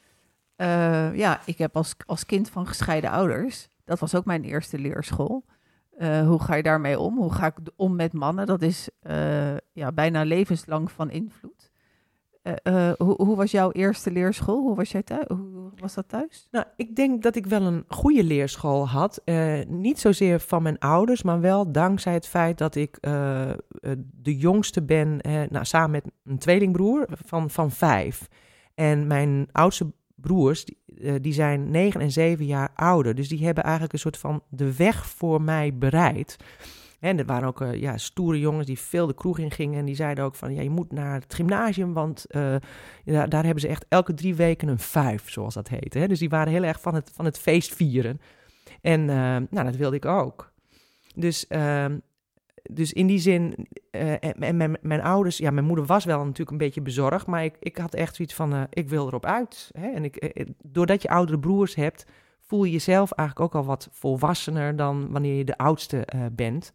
uh, ja, ik heb als, als kind van gescheiden ouders, dat was ook mijn eerste leerschool. Uh, hoe ga je daarmee om? Hoe ga ik om met mannen? Dat is uh, ja, bijna levenslang van invloed. Uh, uh, hoe, hoe was jouw eerste leerschool? Hoe was jij thuis? Hoe was dat thuis? Nou, ik denk dat ik wel een goede leerschool had. Uh, niet zozeer van mijn ouders, maar wel dankzij het feit dat ik uh, de jongste ben, uh, nou, samen met een tweelingbroer van, van vijf. En mijn oudste broers, die, uh, die zijn negen en zeven jaar ouder. Dus die hebben eigenlijk een soort van de weg voor mij bereid. En er waren ook uh, ja, stoere jongens die veel de kroeg in gingen. En die zeiden ook van, ja, je moet naar het gymnasium, want uh, ja, daar hebben ze echt elke drie weken een vijf, zoals dat heet. Hè? Dus die waren heel erg van het, van het feest vieren. En uh, nou, dat wilde ik ook. Dus, uh, dus in die zin, uh, en mijn, mijn ouders, ja, mijn moeder was wel natuurlijk een beetje bezorgd, maar ik, ik had echt zoiets van, uh, ik wil erop uit. Hè? En ik, uh, doordat je oudere broers hebt, voel je jezelf eigenlijk ook al wat volwassener dan wanneer je de oudste uh, bent.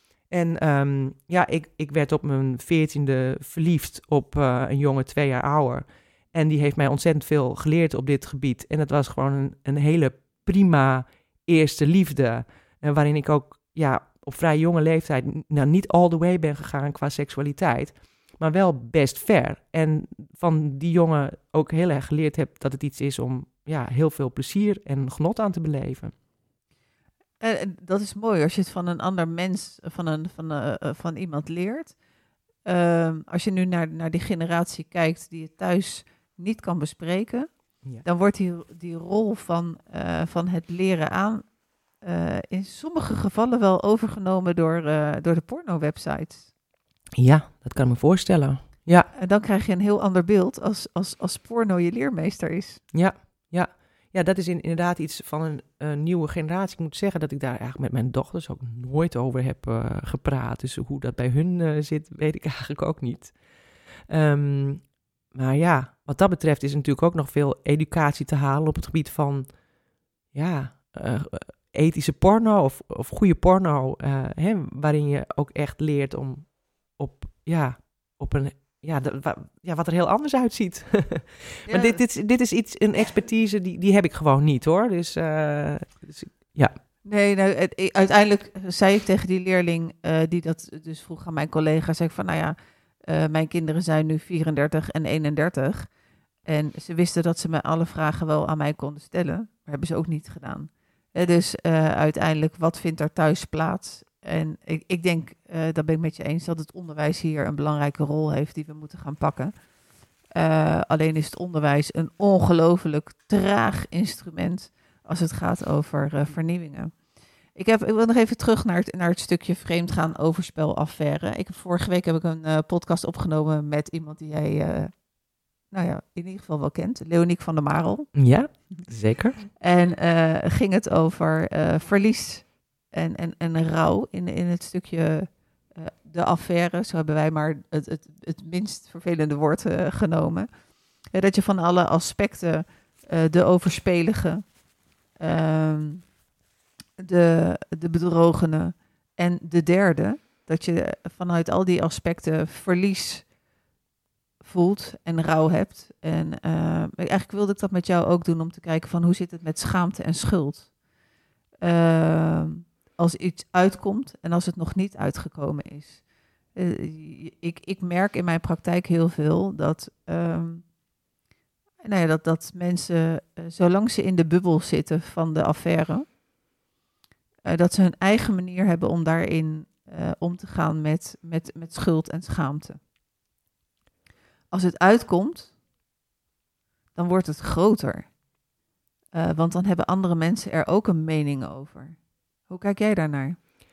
En um, ja, ik, ik werd op mijn veertiende verliefd op uh, een jongen twee jaar ouder. En die heeft mij ontzettend veel geleerd op dit gebied. En het was gewoon een, een hele prima eerste liefde. Uh, waarin ik ook ja, op vrij jonge leeftijd nou, niet all the way ben gegaan qua seksualiteit. Maar wel best ver. En van die jongen ook heel erg geleerd heb dat het iets is om ja, heel veel plezier en genot aan te beleven. Uh, dat is mooi als je het van een ander mens, van, een, van, uh, van iemand leert. Uh, als je nu naar, naar die generatie kijkt die het thuis niet kan bespreken, ja. dan wordt die, die rol van, uh, van het leren aan uh, in sommige gevallen wel overgenomen door, uh, door de porno-websites. Ja, dat kan ik me voorstellen. Ja. En dan krijg je een heel ander beeld als, als, als porno je leermeester is. Ja, ja. Ja, dat is in, inderdaad iets van een, een nieuwe generatie. Ik moet zeggen dat ik daar eigenlijk met mijn dochters ook nooit over heb uh, gepraat. Dus hoe dat bij hun uh, zit, weet ik eigenlijk ook niet. Um, maar ja, wat dat betreft is er natuurlijk ook nog veel educatie te halen op het gebied van ja, uh, ethische porno of, of goede porno. Uh, hè, waarin je ook echt leert om op, ja, op een... Ja, de, wa, ja, wat er heel anders uitziet. Ja. Maar dit, dit, dit is iets, een expertise, die, die heb ik gewoon niet, hoor. Dus, uh, dus ja. Nee, nou, het, uiteindelijk zei ik tegen die leerling, uh, die dat dus vroeg aan mijn collega, zei ik van, nou ja, uh, mijn kinderen zijn nu vierendertig en eenendertig. En ze wisten dat ze me alle vragen wel aan mij konden stellen, maar hebben ze ook niet gedaan. Uh, dus uh, uiteindelijk, wat vindt er thuis plaats? En ik, ik denk, uh, dat ben ik met je eens, dat het onderwijs hier een belangrijke rol heeft die we moeten gaan pakken. Uh, alleen is het onderwijs een ongelooflijk traag instrument als het gaat over uh, vernieuwingen. Ik, heb, ik wil nog even terug naar het, naar het stukje vreemdgaan, overspelaffaire. Ik heb, vorige week heb ik een uh, podcast opgenomen met iemand die jij, uh, nou ja, in ieder geval wel kent. Leoniek van der Marel. Ja, zeker. En uh, ging het over uh, verlies en, en, en rouw in, in het stukje uh, de affaire. Zo hebben wij maar het, het, het minst vervelende woord uh, genomen. Uh, dat je van alle aspecten uh, de overspelige, uh, de, de bedrogene en de derde, dat je vanuit al die aspecten verlies voelt en rouw hebt. En uh, eigenlijk wilde ik dat met jou ook doen om te kijken van hoe zit het met schaamte en schuld. Uh, als iets uitkomt en als het nog niet uitgekomen is. Uh, ik, ik merk in mijn praktijk heel veel dat, um, nou ja, dat, dat mensen, uh, zolang ze in de bubbel zitten van de affaire, uh, dat ze hun eigen manier hebben om daarin uh, om te gaan met, met, met schuld en schaamte. Als het uitkomt, dan wordt het groter. Uh, want dan hebben andere mensen er ook een mening over. Hoe kijk jij daarnaar?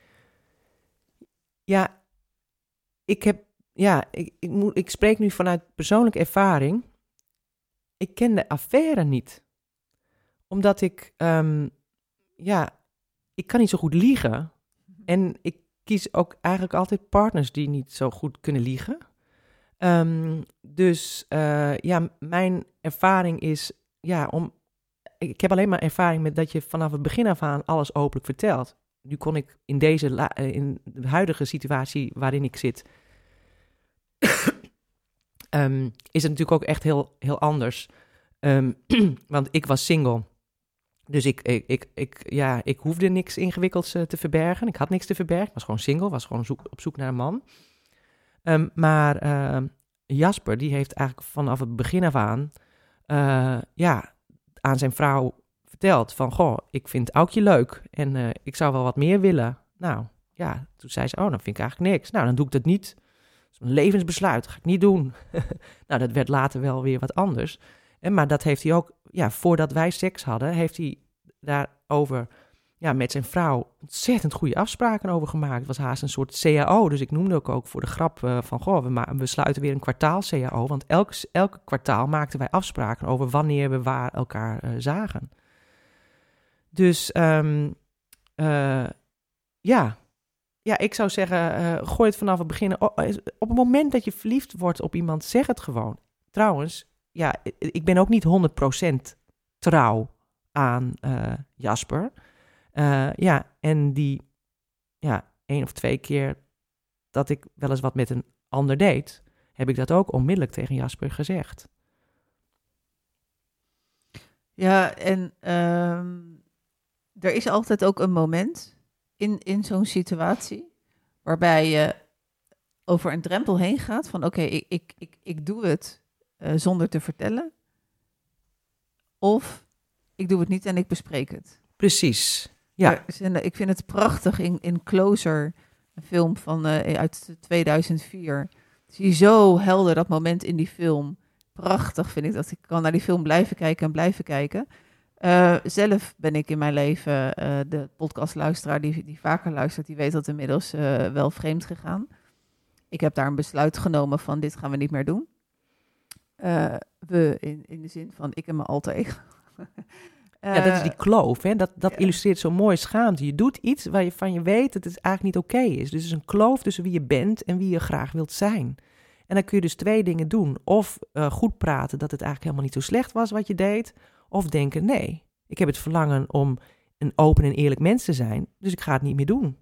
Ja, ik heb, ja, ik, ik, moet, ik spreek nu vanuit persoonlijke ervaring. Ik ken de affaire niet. Omdat ik, um, ja, ik kan niet zo goed liegen. En ik kies ook eigenlijk altijd partners die niet zo goed kunnen liegen. Um, dus uh, ja, mijn ervaring is, ja, om, ik heb alleen maar ervaring met dat je vanaf het begin af aan alles openlijk vertelt. Nu kon ik in deze, la, in de huidige situatie waarin ik zit, um, is het natuurlijk ook echt heel, heel anders. Um, want ik was single. Dus ik, ik, ik, ik, ja, ik hoefde niks ingewikkelds uh, te verbergen. Ik had niks te verbergen. Ik was gewoon single, was gewoon zoek, op zoek naar een man. Um, maar uh, Jasper, die heeft eigenlijk vanaf het begin af aan, uh, ja, aan zijn vrouw verteld van, goh, ik vind Aukje leuk en uh, ik zou wel wat meer willen. Nou, ja, toen zei ze, oh, dan vind ik eigenlijk niks. Nou, dan doe ik dat niet. Dat is een levensbesluit, dat ga ik niet doen. Nou, dat werd later wel weer wat anders. En, maar dat heeft hij ook, ja, voordat wij seks hadden, heeft hij daarover, ja, met zijn vrouw ontzettend goede afspraken over gemaakt. Het was haast een soort C A O, dus ik noemde ook, ook voor de grap uh, van, goh, we, ma- we sluiten weer een kwartaal C A O, want elk, elke kwartaal maakten wij afspraken over wanneer we waar elkaar uh, zagen. Dus, um, uh, ja, ja, ik zou zeggen, uh, gooi het vanaf het begin. Op het moment dat je verliefd wordt op iemand, zeg het gewoon. Trouwens, ja, ik ben ook niet honderd procent trouw aan uh, Jasper. Uh, ja, en die ja, één of twee keer dat ik wel eens wat met een ander deed, heb ik dat ook onmiddellijk tegen Jasper gezegd. Ja, en um, er is altijd ook een moment in, in zo'n situatie waarbij je over een drempel heen gaat van oké, okay, ik, ik, ik, ik doe het uh, zonder te vertellen. Of ik doe het niet en ik bespreek het. Precies, ja. Er, ik vind het prachtig in, in Closer, een film van, uh, uit tweeduizend vier. Zie je zo helder dat moment in die film. Prachtig vind ik dat. Ik kan naar die film blijven kijken en blijven kijken. Uh, zelf ben ik in mijn leven, uh, de podcastluisteraar die, die vaker luistert, die weet dat inmiddels uh, wel vreemd gegaan. Ik heb daar een besluit genomen van dit gaan we niet meer doen. Uh, we, in, in de zin van ik en mijn alter ego. uh, ja, dat is die kloof, hè? Dat, dat ja. illustreert zo mooi schaamte. Je doet iets waar je van je weet dat het eigenlijk niet oké okay is. Dus het is een kloof tussen wie je bent en wie je graag wilt zijn. En dan kun je dus twee dingen doen. Of uh, goed praten dat het eigenlijk helemaal niet zo slecht was wat je deed. Of denken, nee, ik heb het verlangen om een open en eerlijk mens te zijn. Dus ik ga het niet meer doen.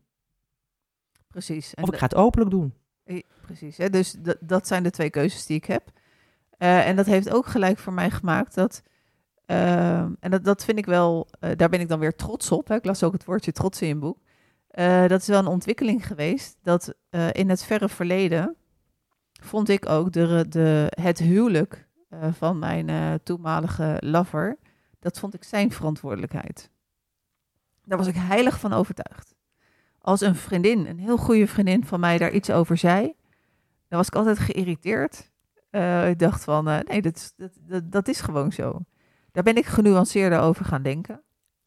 Precies. En of ik ga het openlijk doen. Precies, hè? Dus d- dat zijn de twee keuzes die ik heb. Uh, en dat heeft ook gelijk voor mij gemaakt dat... Uh, en dat, dat vind ik wel... Uh, daar ben ik dan weer trots op. Hè? Ik las ook het woordje trots in je boek. Uh, dat is wel een ontwikkeling geweest. Dat uh, in het verre verleden... vond ik ook de, de, het huwelijk uh, van mijn uh, toenmalige lover... dat vond ik zijn verantwoordelijkheid. Daar was ik heilig van overtuigd. Als een vriendin, een heel goede vriendin van mij, daar iets over zei... dan was ik altijd geïrriteerd. Uh, ik dacht van, uh, nee, dat, dat, dat, dat is gewoon zo. Daar ben ik genuanceerder over gaan denken.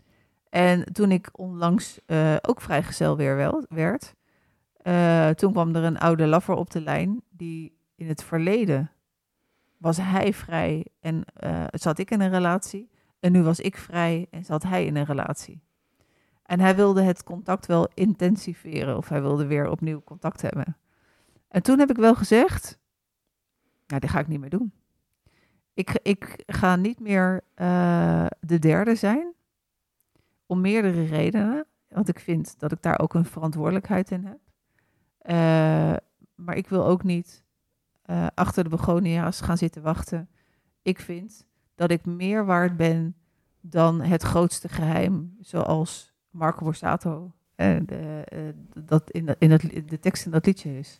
En toen ik onlangs uh, ook vrijgezel weer wel, werd... Uh, toen kwam er een oude lover op de lijn... die in het verleden was hij vrij en uh, zat ik in een relatie... en nu was ik vrij en zat hij in een relatie. En hij wilde het contact wel intensiveren... of hij wilde weer opnieuw contact hebben. En toen heb ik wel gezegd... nou, dit ga ik niet meer doen. Ik, ik ga niet meer uh, de derde zijn... om meerdere redenen. Want ik vind dat ik daar ook een verantwoordelijkheid in heb. Uh, maar ik wil ook niet uh, achter de begonia's gaan zitten wachten. Ik vind dat ik meer waard ben dan het grootste geheim... zoals Marco Borsato uh, de, uh, dat in, de, in het, de tekst in dat liedje is.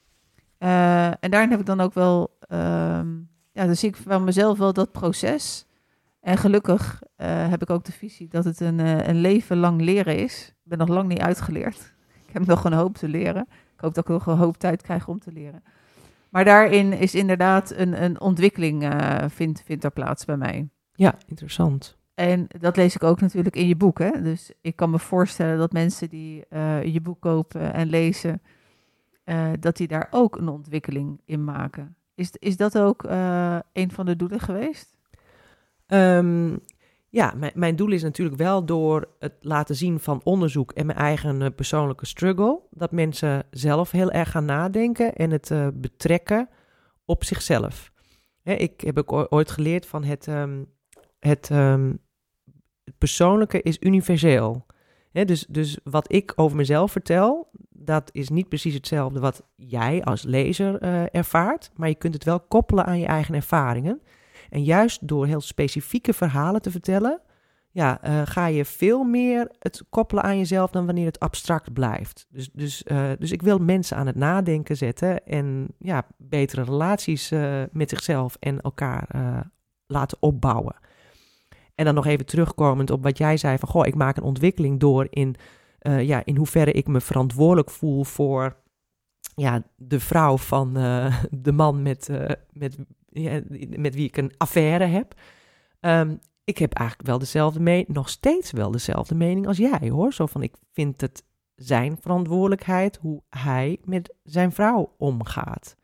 Uh, en daarin heb ik dan ook wel... Um, ja, dan zie ik van mezelf wel dat proces. En gelukkig uh, heb ik ook de visie dat het een, uh, een leven lang leren is. Ik ben nog lang niet uitgeleerd. Ik heb nog een hoop te leren. Ik hoop dat ik nog een hoop tijd krijg om te leren. Maar daarin is inderdaad een, een ontwikkeling uh, vindt, vindt er plaats bij mij. Ja, interessant. En dat lees ik ook natuurlijk in je boek. Hè? Dus ik kan me voorstellen dat mensen die uh, je boek kopen en lezen... Uh, dat die daar ook een ontwikkeling in maken. Is, is dat ook uh, een van de doelen geweest? Um, ja, mijn, mijn doel is natuurlijk wel door het laten zien van onderzoek en mijn eigen uh, persoonlijke struggle, dat mensen zelf heel erg gaan nadenken en het uh, betrekken op zichzelf. Hè, ik heb ook ooit geleerd van het, um, het, um, het persoonlijke is universeel. Hè, dus, dus wat ik over mezelf vertel, dat is niet precies hetzelfde wat jij als lezer uh, ervaart, maar je kunt het wel koppelen aan je eigen ervaringen. En juist door heel specifieke verhalen te vertellen, ja, uh, ga je veel meer het koppelen aan jezelf dan wanneer het abstract blijft. Dus, dus, uh, dus ik wil mensen aan het nadenken zetten en ja, betere relaties uh, met zichzelf en elkaar uh, laten opbouwen. En dan nog even terugkomend op wat jij zei van, goh, ik maak een ontwikkeling door in, uh, ja, in hoeverre ik me verantwoordelijk voel voor ja, de vrouw van uh, de man met, uh, met, ja, met wie ik een affaire heb. Um, ik heb eigenlijk wel dezelfde mening, nog steeds wel dezelfde mening als jij, hoor. Zo van, ik vind het zijn verantwoordelijkheid hoe hij met zijn vrouw omgaat.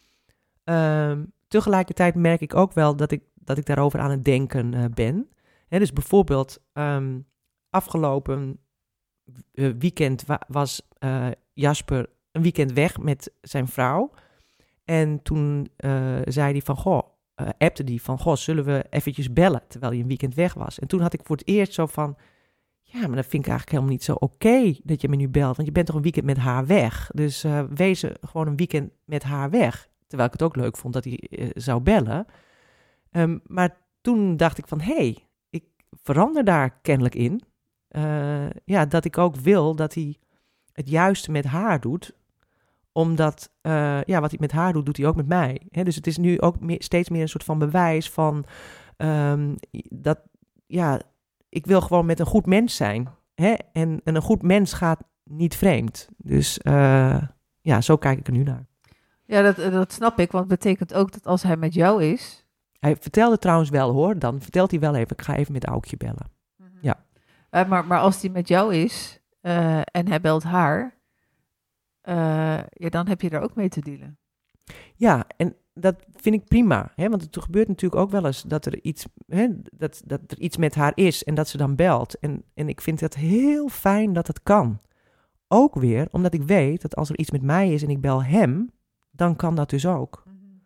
Um, tegelijkertijd merk ik ook wel dat ik, dat ik daarover aan het denken uh, ben. He, dus bijvoorbeeld, um, afgelopen uh, weekend wa- was uh, Jasper een weekend weg met zijn vrouw. En toen uh, zei hij van, goh, uh, appte die van, goh, zullen we eventjes bellen, terwijl hij een weekend weg was. En toen had ik voor het eerst zo van, ja, maar dat vind ik eigenlijk helemaal niet zo oké okay dat je me nu belt, want je bent toch een weekend met haar weg. Dus uh, wees gewoon een weekend met haar weg. Terwijl ik het ook leuk vond dat hij uh, zou bellen. Um, maar toen dacht ik van, hé, hey, ik verander daar kennelijk in. Uh, ja, dat ik ook wil dat hij het juiste met haar doet. Omdat, uh, ja, wat hij met haar doet, doet hij ook met mij. Hè? Dus het is nu ook meer, steeds meer een soort van bewijs van, um, dat, ja, ik wil gewoon met een goed mens zijn. Hè? En, en een goed mens gaat niet vreemd. Dus uh, ja, zo kijk ik er nu naar. Ja, dat, dat snap ik, want het betekent ook dat als hij met jou is... Hij vertelde trouwens wel, hoor, dan vertelt hij wel even, ik ga even met Aukje bellen. Mm-hmm. Ja. Uh, maar, maar als hij met jou is uh, en hij belt haar, uh, ja, dan heb je er ook mee te dealen. Ja, en dat vind ik prima, hè, want het gebeurt natuurlijk ook wel eens dat er iets, hè, dat, dat er iets met haar is en dat ze dan belt. En, en ik vind het heel fijn dat het kan. Ook weer omdat ik weet dat als er iets met mij is en ik bel hem, dan kan dat dus ook.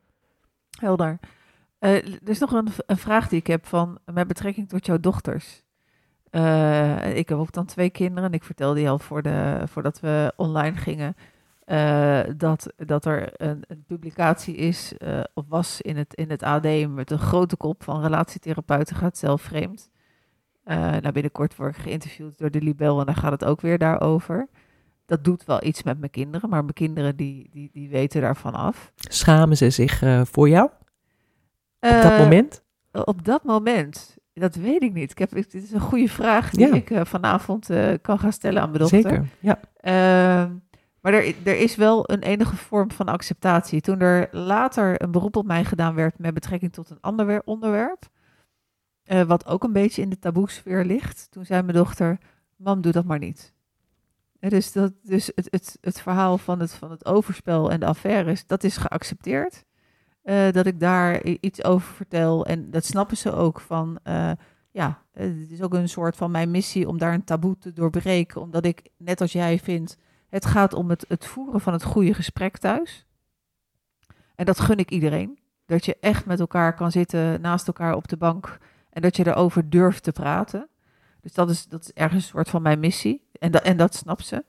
Helder. Uh, er is nog een, een vraag die ik heb van, met betrekking tot jouw dochters. Uh, ik heb ook dan twee kinderen en ik vertelde je al voor de, voordat we online gingen, uh, dat, dat er een, een publicatie is, uh, of was in het, in het A D met een grote kop van relatietherapeuten gaat zelf vreemd. Uh, nou, binnenkort word ik geïnterviewd door de Libel en daar gaat het ook weer daarover. Dat doet wel iets met mijn kinderen, maar mijn kinderen die, die, die weten daarvan af. Schamen ze zich uh, voor jou? Op uh, dat moment? Op dat moment, dat weet ik niet. Ik heb, dit is een goede vraag die ja. ik uh, vanavond uh, kan gaan stellen aan mijn dochter. Zeker, ja. Uh, maar er, er is wel een enige vorm van acceptatie. Toen er later een beroep op mij gedaan werd met betrekking tot een ander onderwerp, uh, wat ook een beetje in de taboesfeer ligt, toen zei mijn dochter, mam, doe dat maar niet. Uh, dus dat, dus het, het, het verhaal van het, van het overspel en de affaires, dat is geaccepteerd. Uh, dat ik daar iets over vertel. En dat snappen ze ook van, uh, ja, het is ook een soort van mijn missie om daar een taboe te doorbreken. Omdat ik, net als jij vind, het gaat om het, het voeren van het goede gesprek thuis. En dat gun ik iedereen. Dat je echt met elkaar kan zitten naast elkaar op de bank en dat je erover durft te praten. Dus dat is, dat is ergens een soort van mijn missie. En, da, en dat snapt ze.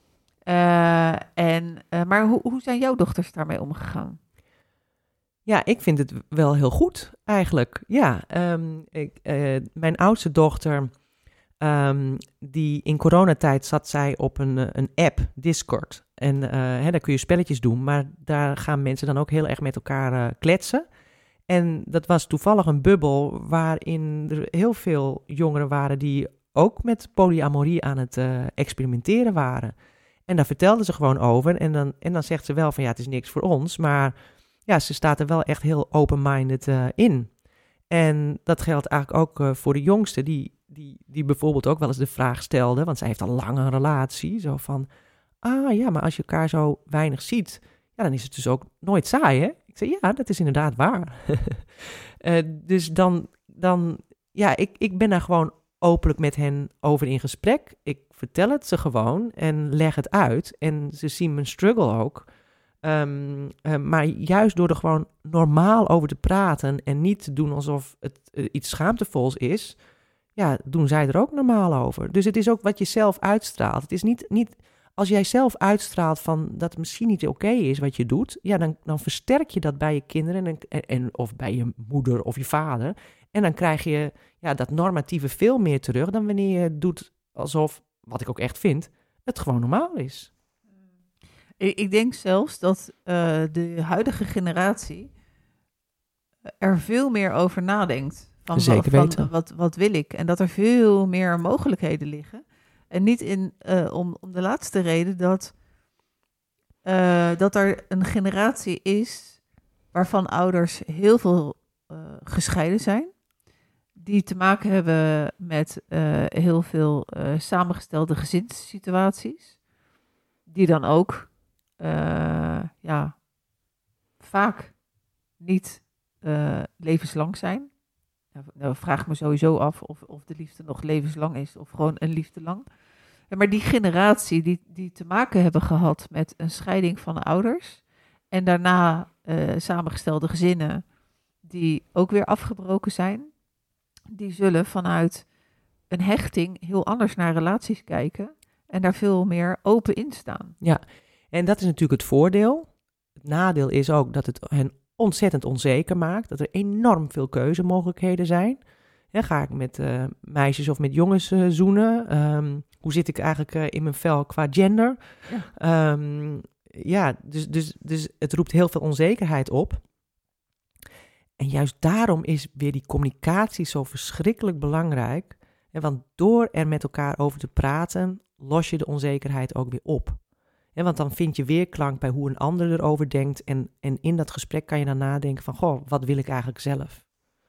Uh, en, uh, maar hoe, hoe zijn jouw dochters daarmee omgegaan? Ja, ik vind het wel heel goed eigenlijk. Ja, um, ik, uh, mijn oudste dochter, um, die in coronatijd zat zij op een, een app, Discord. En uh, hè, daar kun je spelletjes doen, maar daar gaan mensen dan ook heel erg met elkaar uh, kletsen. En dat was toevallig een bubbel waarin er heel veel jongeren waren die ook met polyamorie aan het uh, experimenteren waren. En daar vertelden ze gewoon over. En dan, en dan zegt ze wel van ja, het is niks voor ons, maar ja, ze staat er wel echt heel open-minded uh, in. En dat geldt eigenlijk ook uh, voor de jongste, die, die, die bijvoorbeeld ook wel eens de vraag stelde, want zij heeft al lang een relatie, zo van, ah ja, maar als je elkaar zo weinig ziet, ja, dan is het dus ook nooit saai, hè? Ik zei, ja, dat is inderdaad waar. uh, dus dan, dan, ja, ik, ik ben daar gewoon openlijk met hen over in gesprek. Ik vertel het ze gewoon en leg het uit. En ze zien mijn struggle ook. Um, uh, maar juist door er gewoon normaal over te praten en niet te doen alsof het uh, iets schaamtevols is, ja, doen zij er ook normaal over. Dus het is ook wat je zelf uitstraalt. Het is niet, niet als jij zelf uitstraalt van dat het misschien niet oké okay is wat je doet, ja, dan, dan versterk je dat bij je kinderen en, en, en, of bij je moeder of je vader. En dan krijg je ja, dat normatieve veel meer terug dan wanneer je doet alsof, wat ik ook echt vind, het gewoon normaal is. Ik denk zelfs dat uh, de huidige generatie er veel meer over nadenkt. Van, Zeker van, weten. Wat, wat wil ik? En dat er veel meer mogelijkheden liggen. En niet in, uh, om, om de laatste reden dat, uh, dat er een generatie is waarvan ouders heel veel uh, gescheiden zijn. Die te maken hebben met uh, heel veel uh, samengestelde gezinssituaties. Die dan ook Uh, ja, vaak niet uh, levenslang zijn. Nou, nou vraag ik me sowieso af of, of de liefde nog levenslang is of gewoon een liefde lang. Ja, maar die generatie die, die te maken hebben gehad met een scheiding van de ouders en daarna uh, samengestelde gezinnen die ook weer afgebroken zijn, die zullen vanuit een hechting heel anders naar relaties kijken en daar veel meer open in staan. Ja, en dat is natuurlijk het voordeel. Het nadeel is ook dat het hen ontzettend onzeker maakt, dat er enorm veel keuzemogelijkheden zijn. Ja, ga ik met uh, meisjes of met jongens uh, zoenen? Um, hoe zit ik eigenlijk uh, in mijn vel qua gender? Ja, um, ja dus, dus, dus het roept heel veel onzekerheid op. En juist daarom is weer die communicatie zo verschrikkelijk belangrijk. En want door er met elkaar over te praten, los je de onzekerheid ook weer op. En want dan vind je weerklank bij hoe een ander erover denkt. En, en in dat gesprek kan je dan nadenken van, goh, wat wil ik eigenlijk zelf?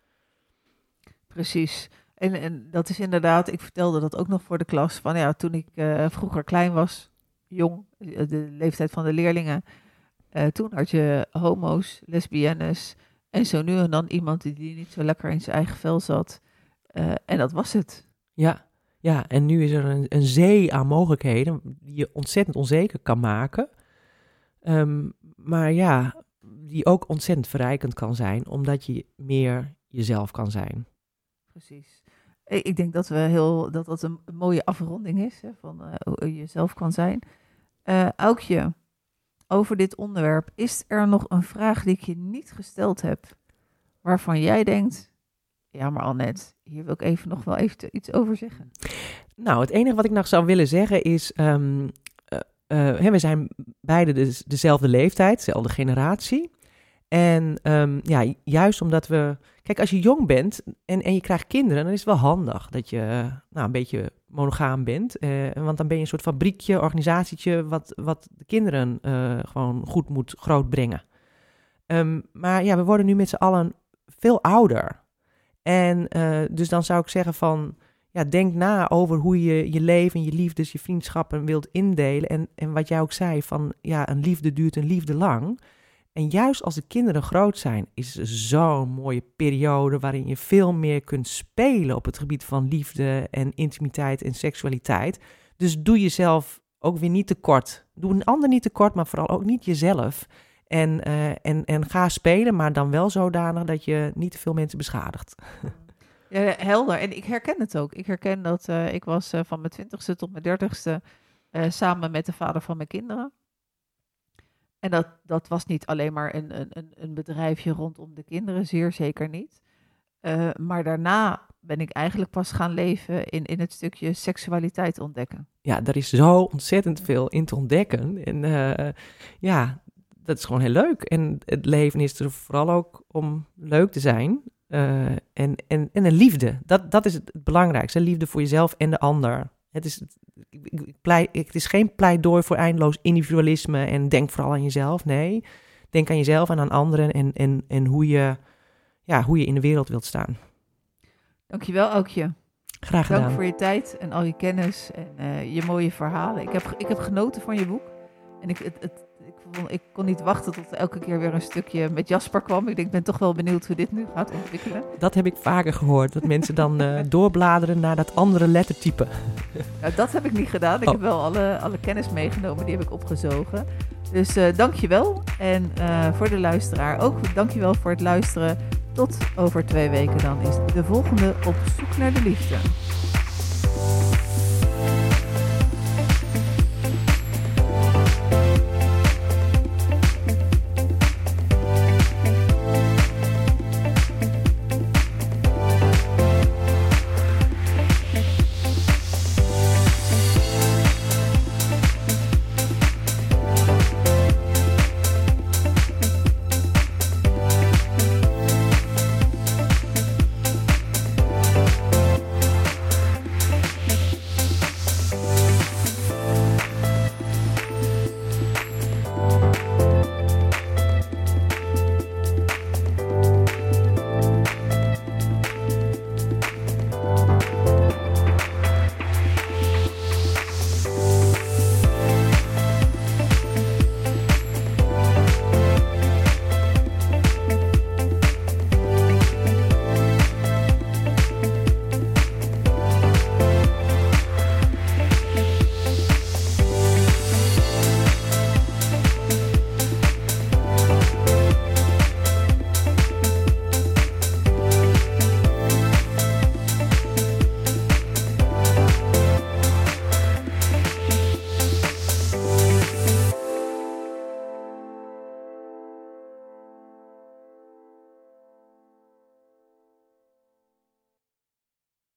Precies. En, en dat is inderdaad, ik vertelde dat ook nog voor de klas, van ja, toen ik uh, vroeger klein was, jong, de leeftijd van de leerlingen, uh, toen had je homo's, lesbiennes en zo nu en dan iemand die, die niet zo lekker in zijn eigen vel zat. Uh, en dat was het. Ja, ja, en nu is er een, een zee aan mogelijkheden die je ontzettend onzeker kan maken. Um, maar ja, die ook ontzettend verrijkend kan zijn, omdat je meer jezelf kan zijn. Precies. Ik denk dat we heel dat dat een mooie afronding is, hè, van uh, hoe je jezelf kan zijn. Uh, Aukje, over dit onderwerp, is er nog een vraag die ik je niet gesteld heb, waarvan jij denkt, ja maar Annette, hier wil ik even nog wel even iets over zeggen. Nou, het enige wat ik nog zou willen zeggen is, um, uh, uh, we zijn beide de, dezelfde leeftijd, dezelfde generatie. En um, ja, juist omdat we... Kijk, als je jong bent en, en je krijgt kinderen, dan is het wel handig dat je uh, nou, een beetje monogaam bent. Uh, want dan ben je een soort fabriekje, organisatietje, wat, wat de kinderen uh, gewoon goed moet grootbrengen. Um, maar ja, we worden nu met z'n allen veel ouder. En uh, dus dan zou ik zeggen van, ja, denk na over hoe je je leven, je liefdes, je vriendschappen wilt indelen. En, en wat jij ook zei, van ja, een liefde duurt een liefde lang. En juist als de kinderen groot zijn, is het zo'n mooie periode waarin je veel meer kunt spelen op het gebied van liefde en intimiteit en seksualiteit. Dus doe jezelf ook weer niet tekort. Doe een ander niet tekort, maar vooral ook niet jezelf. En, uh, en, en ga spelen, maar dan wel zodanig dat je niet te veel mensen beschadigt. Ja, helder. En ik herken het ook. Ik herken dat uh, ik was uh, van mijn twintigste tot mijn dertigste uh, samen met de vader van mijn kinderen. En dat, dat was niet alleen maar een, een, een bedrijfje rondom de kinderen, zeer zeker niet. Uh, maar daarna ben ik eigenlijk pas gaan leven in, in het stukje seksualiteit ontdekken. Ja, er is zo ontzettend veel in te ontdekken. En uh, ja, dat is gewoon heel leuk. En het leven is er vooral ook om leuk te zijn. Uh, en, en, en een liefde, dat, dat is het belangrijkste. Liefde voor jezelf en de ander. Het is, ik, ik pleit, het is geen pleidooi voor eindeloos individualisme en denk vooral aan jezelf. Nee, denk aan jezelf en aan anderen en, en, en hoe, je, ja, hoe je in de wereld wilt staan. Dankjewel, Aukje. Graag gedaan. Dank voor je tijd en al je kennis en uh, je mooie verhalen. Ik heb, ik heb genoten van je boek. En ik, het, het, ik, vond, ik kon niet wachten tot er elke keer weer een stukje met Jasper kwam. Ik denk, ik ben toch wel benieuwd hoe dit nu gaat ontwikkelen. Dat heb ik vaker gehoord, dat mensen dan uh, doorbladeren naar dat andere lettertype. Nou, dat heb ik niet gedaan. Ik oh. heb wel alle, alle kennis meegenomen, die heb ik opgezogen. Dus uh, dank je wel. En uh, voor de luisteraar ook, dank je wel voor het luisteren. Tot over twee weken dan is de volgende Op Zoek naar de Liefde.